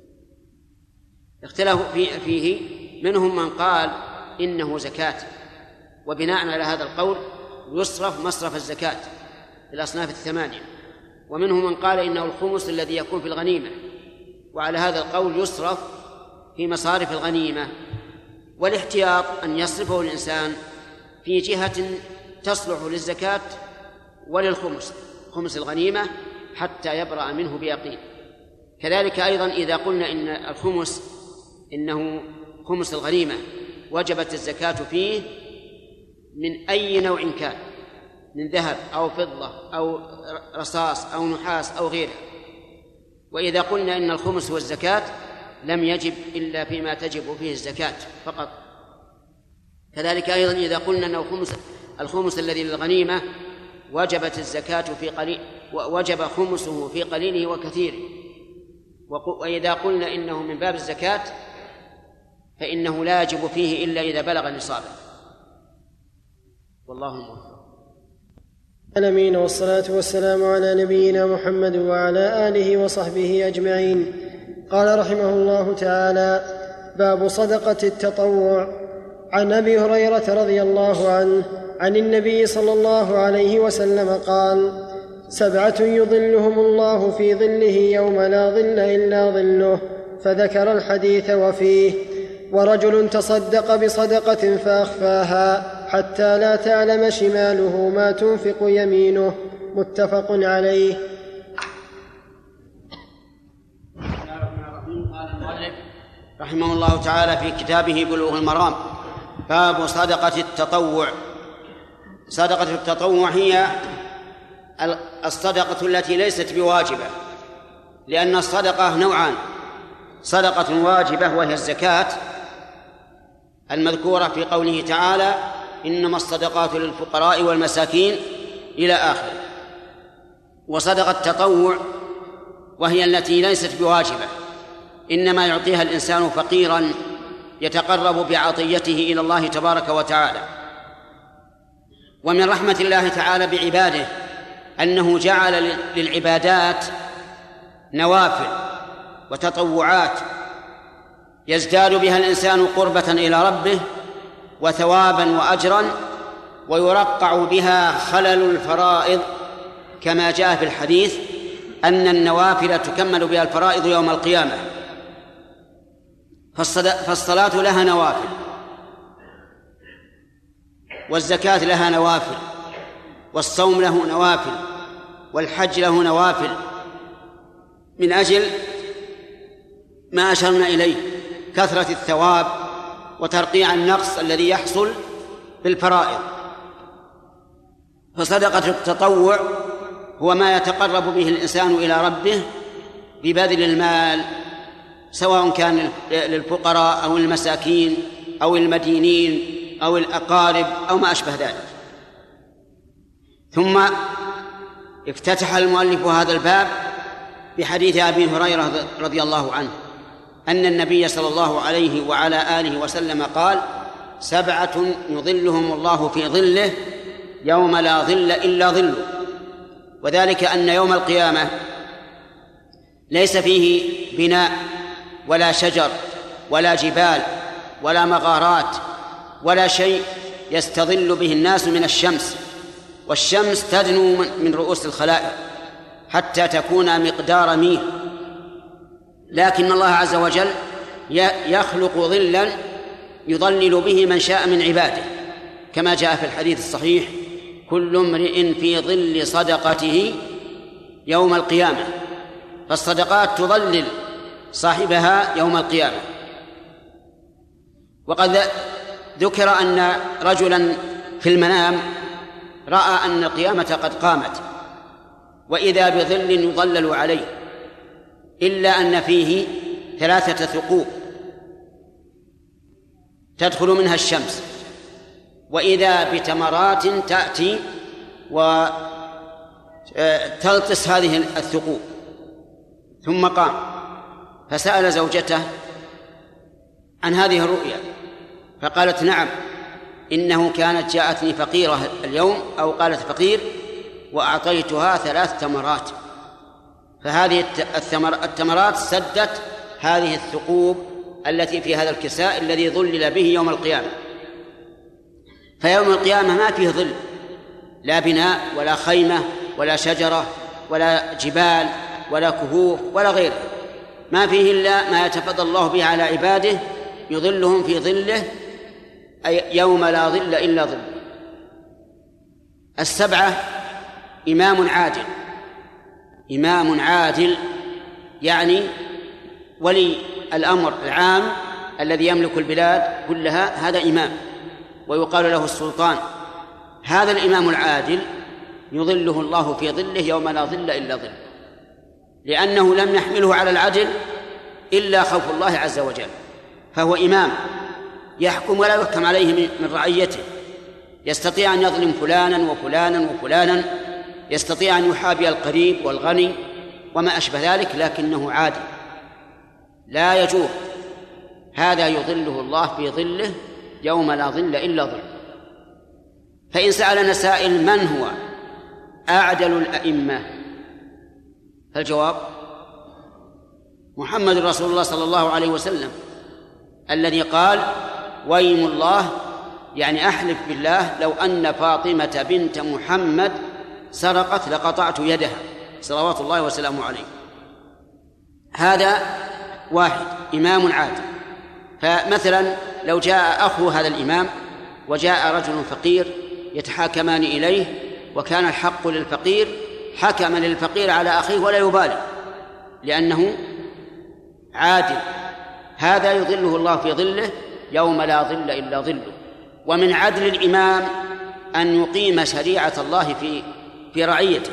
اختلفوا فيه، منهم من قال إنه زكاة، وبناء على هذا القول يصرف مصرف الزكاة في الأصناف 8، ومنهم من قال إنه الخمس الذي يكون في الغنيمة، وعلى هذا القول يصرف في مصارف الغنيمة. والاحتياط أن يصرفه الإنسان في جهة تصلح للزكاة وللخمس، خمس الغنيمة، حتى يبرأ منه بيقين. كذلك أيضا إذا قلنا إن الخمس إنه خمس الغنيمة وجبت الزكاة فيه من أي نوع كان، من ذهب أو فضة أو رصاص أو نحاس أو غيره. وإذا قلنا إن الخمس هو الزكاة لم يجب إلا فيما تجب فيه الزكاة فقط. كذلك أيضا إذا قلنا أنه الخمس الذي للغنيمة وجبت الزكاة في قليل، وجب خمسه في قليله وكثيره. وإذا قلنا إنه من باب الزكاة فإنه لا يجب فيه إلا إذا بلغ نصابا. والله موفق. العالمين، والصلاة والسلام على نبينا محمد وعلى آله وصحبه أجمعين. قال رحمه الله تعالى: باب صدقة التطوع. عن أبي هريرة رضي الله عنه عن النبي صلى الله عليه وسلم قال: 7 يظلهم الله في ظله يوم لا ظل إلا ظله: فذكر الحديث وفيه: ورجل تصدق بصدقة فأخفاها حتى لا تعلم شماله ما تنفق يمينه. متفق عليه. قال المؤلف رحمه الله تعالى في كتابه بلوغ المرام: باب صدقة التطوع. صدقة التطوع هي الصدقة التي ليست بواجبة، لأن الصدقة نوعان: صدقة واجبة وهي الزكاة المذكورة في قوله تعالى: إنما الصدقات للفقراء والمساكين إلى آخره، وصدقة التطوع وهي التي ليست بواجبة، إنما يعطيها الإنسان فقيرا يتقرب بعطيته إلى الله تبارك وتعالى. ومن رحمة الله تعالى بعباده أنه جعل للعبادات نوافل وتطوعات يزداد بها الإنسان قربة إلى ربه وثوابا وأجرا، ويرقع بها خلل الفرائض، كما جاء في الحديث أن النوافل تكمل بها الفرائض يوم القيامة. فالصلاة لها نوافل، والزكاة لها نوافل، والصوم له نوافل، والحج له نوافل، من أجل ما أشرنا إليه: كثرة الثواب وترقيع النقص الذي يحصل بالفرائض. فصدقة التطوع هو ما يتقرب به الإنسان إلى ربه ببذل المال، سواء كان للفقراء أو المساكين أو المدينين أو الأقارب أو ما أشبه ذلك. ثم افتتح المؤلف هذا الباب بحديث أبي هريرة رضي الله عنه أن النبي صلى الله عليه وعلى آله وسلم قال: 7 يظلهم الله في ظله يوم لا ظل إلا ظله. وذلك أن يوم القيامة ليس فيه بناء ولا شجر ولا جبال ولا مغارات ولا شيء يستظل به الناس من الشمس، والشمس تدنو من رؤوس الخلائق حتى تكون مقدار ميل، لكن الله عز وجل يخلق ظلا يظلل به من شاء من عباده، كما جاء في الحديث الصحيح: كل امرئ في ظل صدقته يوم القيامة. فالصدقات تظلل صاحبها يوم القيامة. وقد ذكر أن رجلا في المنام رأى أن القيامة قد قامت، وإذا بظل يظلل عليه، إلا أن فيه 3 ثقوب تدخل منها الشمس، وإذا بتمرات تأتي وتلطس هذه الثقوب. ثم قام فسأل زوجته عن هذه الرؤيا، فقالت: نعم، إنه كانت جاءتني فقيرة اليوم، أو قالت فقير، وأعطيتها 3 تمرات، فهذه التمرات سدت هذه الثقوب التي في هذا الكساء الذي ظلل به يوم القيامة. فيوم القيامة ما فيه ظل، لا بناء ولا خيمة ولا شجرة ولا جبال ولا كهوف ولا غيره، ما فيه إلا ما يتفضل الله به على عباده يظلهم في ظله، أي يوم لا ظل إلا ظل. 7 إمام عادل. إمام عادل يعني ولي الأمر العام الذي يملك البلاد كلها، هذا إمام، ويقال له السلطان. هذا الإمام العادل يظله الله في ظله يوم لا ظل إلا ظل، لأنه لم يحمله على العدل إلا خوف الله عز وجل، فهو إمام يحكم ولا يحكم عليه من رعيته، يستطيع أن يظلم فلانا وفلانا وفلانا، يستطيع أن يحابي القريب والغني وما أشبه ذلك، لكنه عادل لا يجوز. هذا يظله الله في ظله يوم لا ظل إلا ظل. فإن سألنا سائل: من هو أعدل الأئمة؟ فالجواب: محمد رسول الله صلى الله عليه وسلم، الذي قال: ويم الله، يعني أحلف بالله لو أن فاطمة بنت محمد سرقت لقطعت يدها، صلوات الله وسلامه عليه. هذا واحد إمام عادل. فمثلا لو جاء أخو هذا الإمام وجاء رجل فقير يتحاكمان إليه وكان الحق للفقير، حكم للفقير على أخيه ولا يبالي لأنه عادل، هذا يظله الله في ظله يوم لا ظل إلا ظله. ومن عدل الإمام أن يقيم شريعة الله في رعيته،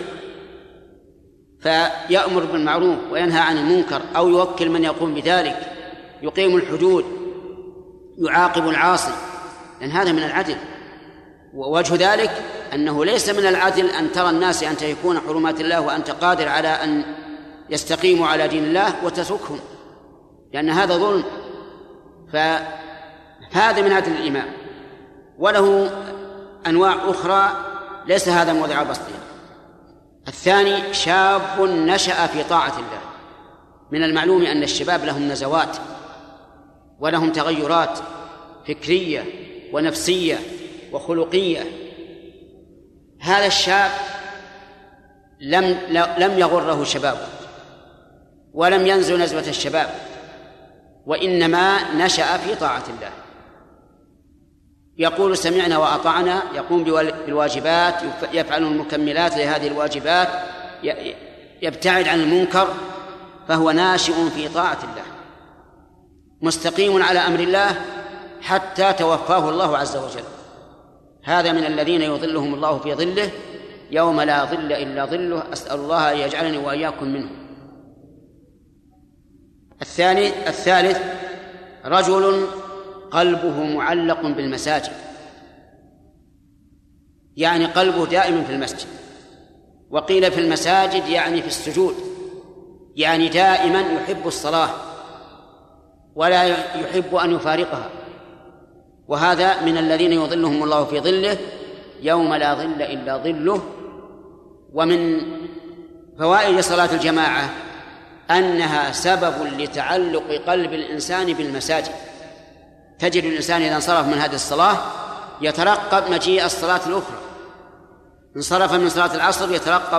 فيأمر بالمعروف وينهى عن المنكر، أو يوكل من يقوم بذلك، يقيم الحدود، يعاقب العاصي، لأن هذا من العدل. ووجه ذلك أنه ليس من العدل أن ترى الناس ينتهكون حرمات الله وأنت قادر على أن يستقيموا على دين الله وتتركهم، لأن هذا ظلم. فهذا من عدل الإمام. وله أنواع أخرى ليس هذا موضع بسطها. الثاني شاب نشأ في طاعة الله. من المعلوم أن الشباب لهم نزوات ولهم تغيرات فكرية ونفسية وخلقية. هذا الشاب لم يغره شبابه ولم ينزل نزوة الشباب، وإنما نشأ في طاعة الله، يقول سمعنا وأطعنا، يقوم بالواجبات، يفعل المكملات لهذه الواجبات، يبتعد عن المنكر، فهو ناشئ في طاعة الله مستقيم على أمر الله حتى توفاه الله عز وجل. هذا من الذين يظلهم الله في ظله يوم لا ظل إلا ظله. أسأل الله أن يجعلني وإياكم منه. الثالث رجل قلبه معلق بالمساجد، يعني قلبه دائما في المسجد، وقيل في المساجد يعني في السجود، يعني دائما يحب الصلاة ولا يحب أن يفارقها. وهذا من الذين يظلهم الله في ظله يوم لا ظل إلا ظله. ومن فوائد صلاة الجماعة أنها سبب لتعلق قلب الإنسان بالمساجد. تجد الإنسان إذا انصرف من هذه الصلاة يترقب مجيء الصلاة الأخرى، انصرف من صلاة العصر يترقب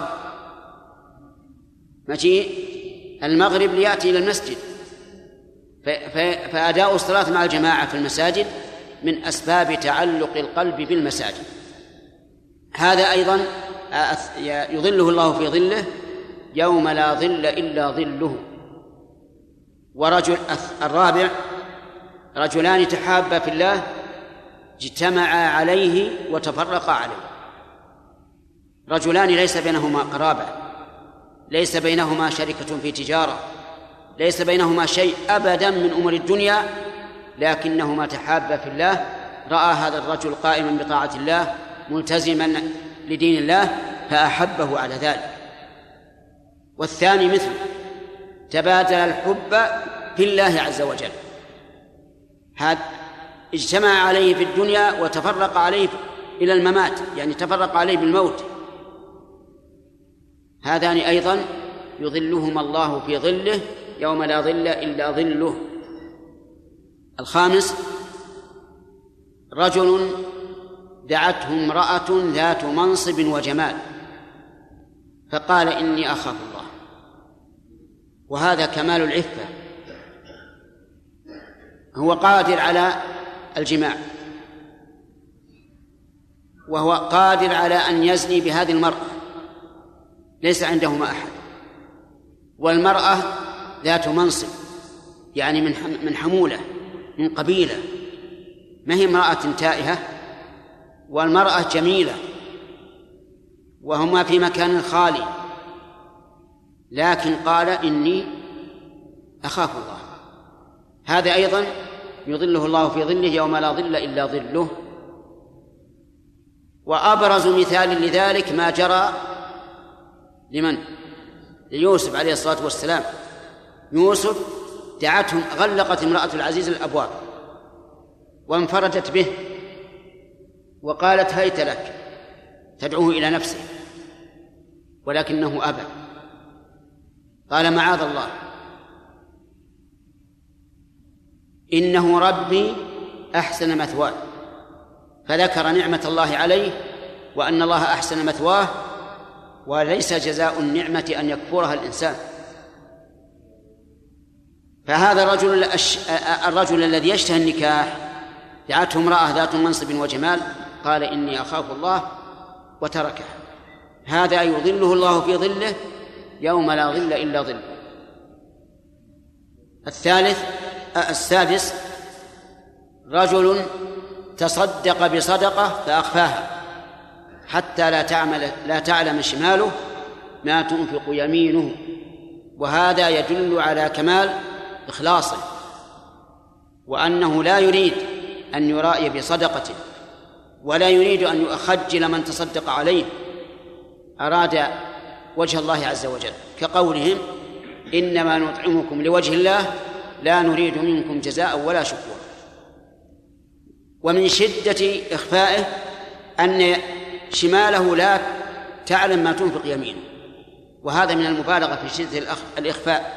مجيء المغرب ليأتي إلى المسجد. فأداء الصلاة مع الجماعة في المساجد من أسباب تعلق القلب بالمساجد. هذا أيضا يظله الله في ظله يوم لا ظل إلا ظله. الرابع رجلان تحابا في الله اجتمعا عليه وتفرقا عليه. رجلان ليس بينهما قرابة، ليس بينهما شركة في تجارة، ليس بينهما شيء أبدا من أمور الدنيا، لكنهما تحابا في الله. رأى هذا الرجل قائما بطاعة الله ملتزما لدين الله فأحبه على ذلك. والثاني مثله تبادل الحب في الله عز وجل، هذا اجتمع عليه في الدنيا وتفرق عليه إلى الممات، يعني تفرق عليه بالموت. هذان أيضا يظلهما الله في ظله يوم لا ظل إلا ظله. الخامس رجل دعته امرأة ذات منصب وجمال فقال إني أخاف الله، وهذا كمال العفة. هو قادر على الجماع وهو قادر على أن يزني بهذه المرأة، ليس عندهما أحد، والمرأة ذات منصب يعني من حمولة من قبيلة، ما هي امرأة تائهة، والمرأة جميلة، وهما في مكان خالي، لكن قال إني أخاف الله. هذا أيضا يظله الله في ظله يوم لا ظل إلا ظله. وأبرز مثال لذلك ما جرى لمن؟ ليوسف عليه الصلاة والسلام. يوسف دعته، غلقت امرأة العزيز الأبواب وانفردت به وقالت هيت لك، تدعوه إلى نفسه، ولكنه أبى، قال معاذ الله إنه ربي أحسن مثواه، فذكر نعمة الله عليه وأن الله أحسن مثواه، وليس جزاء النعمة أن يكفرها الإنسان. فهذا الرجل الذي يشتهي النكاح دعته امرأة ذات منصب وجمال قال إني أخاف الله وتركه، هذا يظله الله في ظله يوم لا ظل إلا ظله. السادس رجل تصدق بصدقة فأخفاها حتى لا تعلم شماله ما تنفق يمينه، وهذا يدل على كمال إخلاصه وأنه لا يريد أن يرائي بصدقته ولا يريد أن يخجل من تصدق عليه، أراد وجه الله عز وجل، كقولهم إنما نطعمكم لوجه الله لا نريد منكم جزاء ولا شكورا. ومن شدة إخفائه أن شماله لا تعلم ما تنفق يمينه، وهذا من المبالغة في شدة الإخفاء.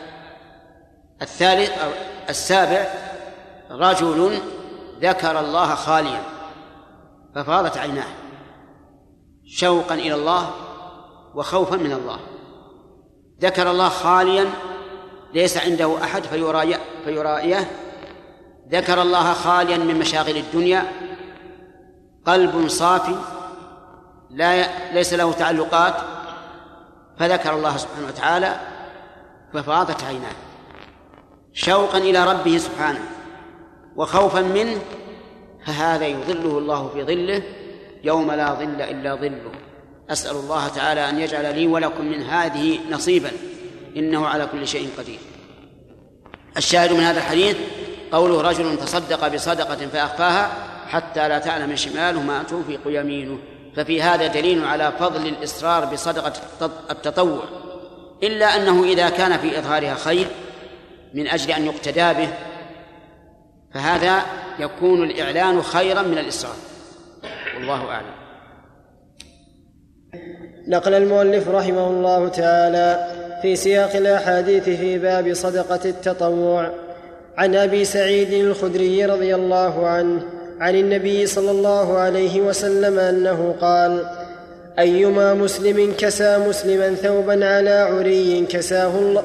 السابع رجل ذكر الله خاليا ففاضت عيناه شوقا إلى الله وخوفا من الله، ذكر الله خاليا ليس عنده أحد فيرائيه، ذكر الله خاليا من مشاغل الدنيا، قلب صافي ليس له تعلقات، فذكر الله سبحانه وتعالى ففاضت عيناه شوقا إلى ربه سبحانه وخوفا منه، فهذا يظله الله في ظله يوم لا ظل إلا ظله. أسأل الله تعالى أن يجعل لي ولكم من هذه نصيبا إنه على كل شيء قدير. الشاهد من هذا الحديث قوله رجل تصدق بصدقة فأخفاها حتى لا تعلم شماله ما تنفق يمينه، ففي هذا دليل على فضل الإصرار بصدقة التطوع، إلا أنه إذا كان في إظهارها خير من أجل أن يقتدى به فهذا يكون الإعلان خيرا من الإصرار، والله أعلم. نقل المؤلف رحمه الله تعالى في سياق الأحاديث في باب صدقة التطوع عن أبي سعيد الخدري رضي الله عنه عن النبي صلى الله عليه وسلم أنه قال: أيما مسلم كسى مسلما ثوبا على عري كساه الله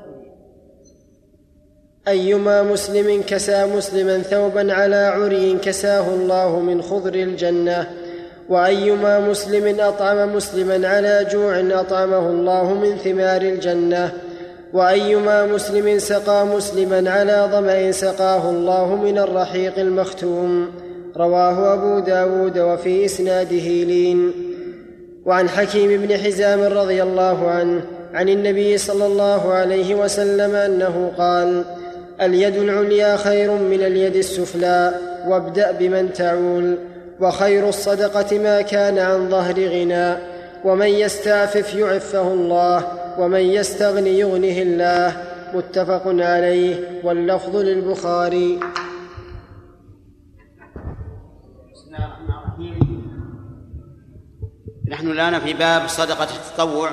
أيما مسلم كسى مسلما ثوبا على عري كساه الله من خضر الجنة، وأيما مسلم أطعم مسلما على جوع أطعمه الله من ثمار الجنة، وأيما مسلم سقى مسلما على ظمأ سقاه الله من الرحيق المختوم. رواه أبو داود وفي إسناده لين. وعن حكيم بن حزام رضي الله عنه عن النبي صلى الله عليه وسلم أنه قال: اليد العليا خير من اليد السفلى، وابدأ بمن تعول، وخير الصدقة ما كان عن ظهر غنى، ومن يستعفف يعفه الله، ومن يستغن يغنه الله. متفق عليه، واللفظ للبخاري. بسم الله الرحمن الرحيم. نحن الآن في باب صدقة التطوع،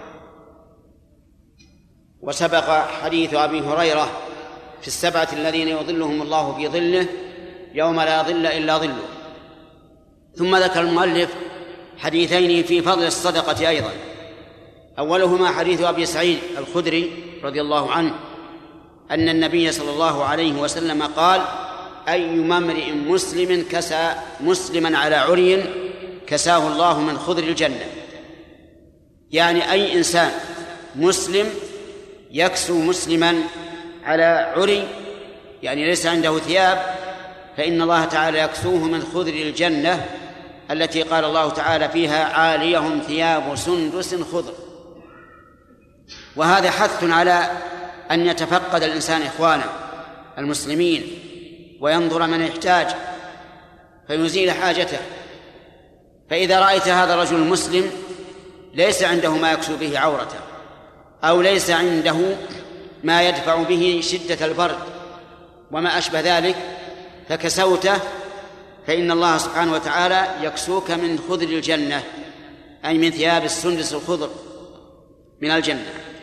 وسبق حديث أبي هريرة في السبعة الذين يظلهم الله في ظله يوم لا ظل إلا ظله، ثم ذكر المؤلف حديثين في فضل الصدقة أيضا. أولهما حديث أبي سعيد الخدري رضي الله عنه أن النبي صلى الله عليه وسلم قال: أيما امرئ مسلم كسى مسلما على عري كساه الله من خضر الجنة، يعني أي إنسان مسلم يكسو مسلما على عري، يعني ليس عنده ثياب، فإن الله تعالى يكسوه من خضر الجنة التي قال الله تعالى فيها: عاليهم ثياب سندس خضر. وهذا حث على أن يتفقد الإنسان إخوانه المسلمين وينظر من يحتاج فيزيل حاجته. فإذا رأيت هذا الرجل المسلم ليس عنده ما يكسو به عورته، أو ليس عنده ما يدفع به شدة البرد وما أشبه ذلك، فكسوته، فإن الله سبحانه وتعالى يكسوك من خضر الجنة، أي من ثياب السندس الخضر من الجنة.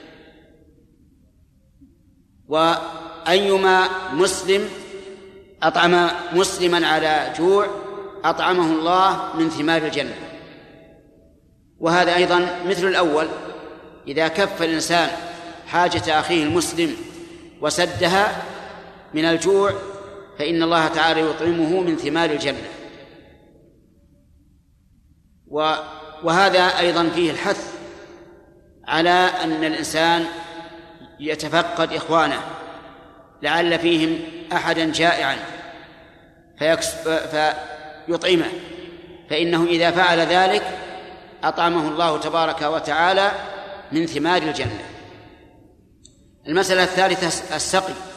وأيما مسلم أطعم مسلما على جوع أطعمه الله من ثمار الجنة. وهذا أيضا مثل الأول، إذا كف الإنسان حاجة أخيه المسلم وسدها من الجوع فإن الله تعالى يطعمه من ثمار الجنة. وهذا أيضا فيه الحث على أن الإنسان يتفقد إخوانه لعل فيهم أحدا جائعا فيطعمه، فإنه إذا فعل ذلك أطعمه الله تبارك وتعالى من ثمار الجنة. المسألة الثالثة السقي.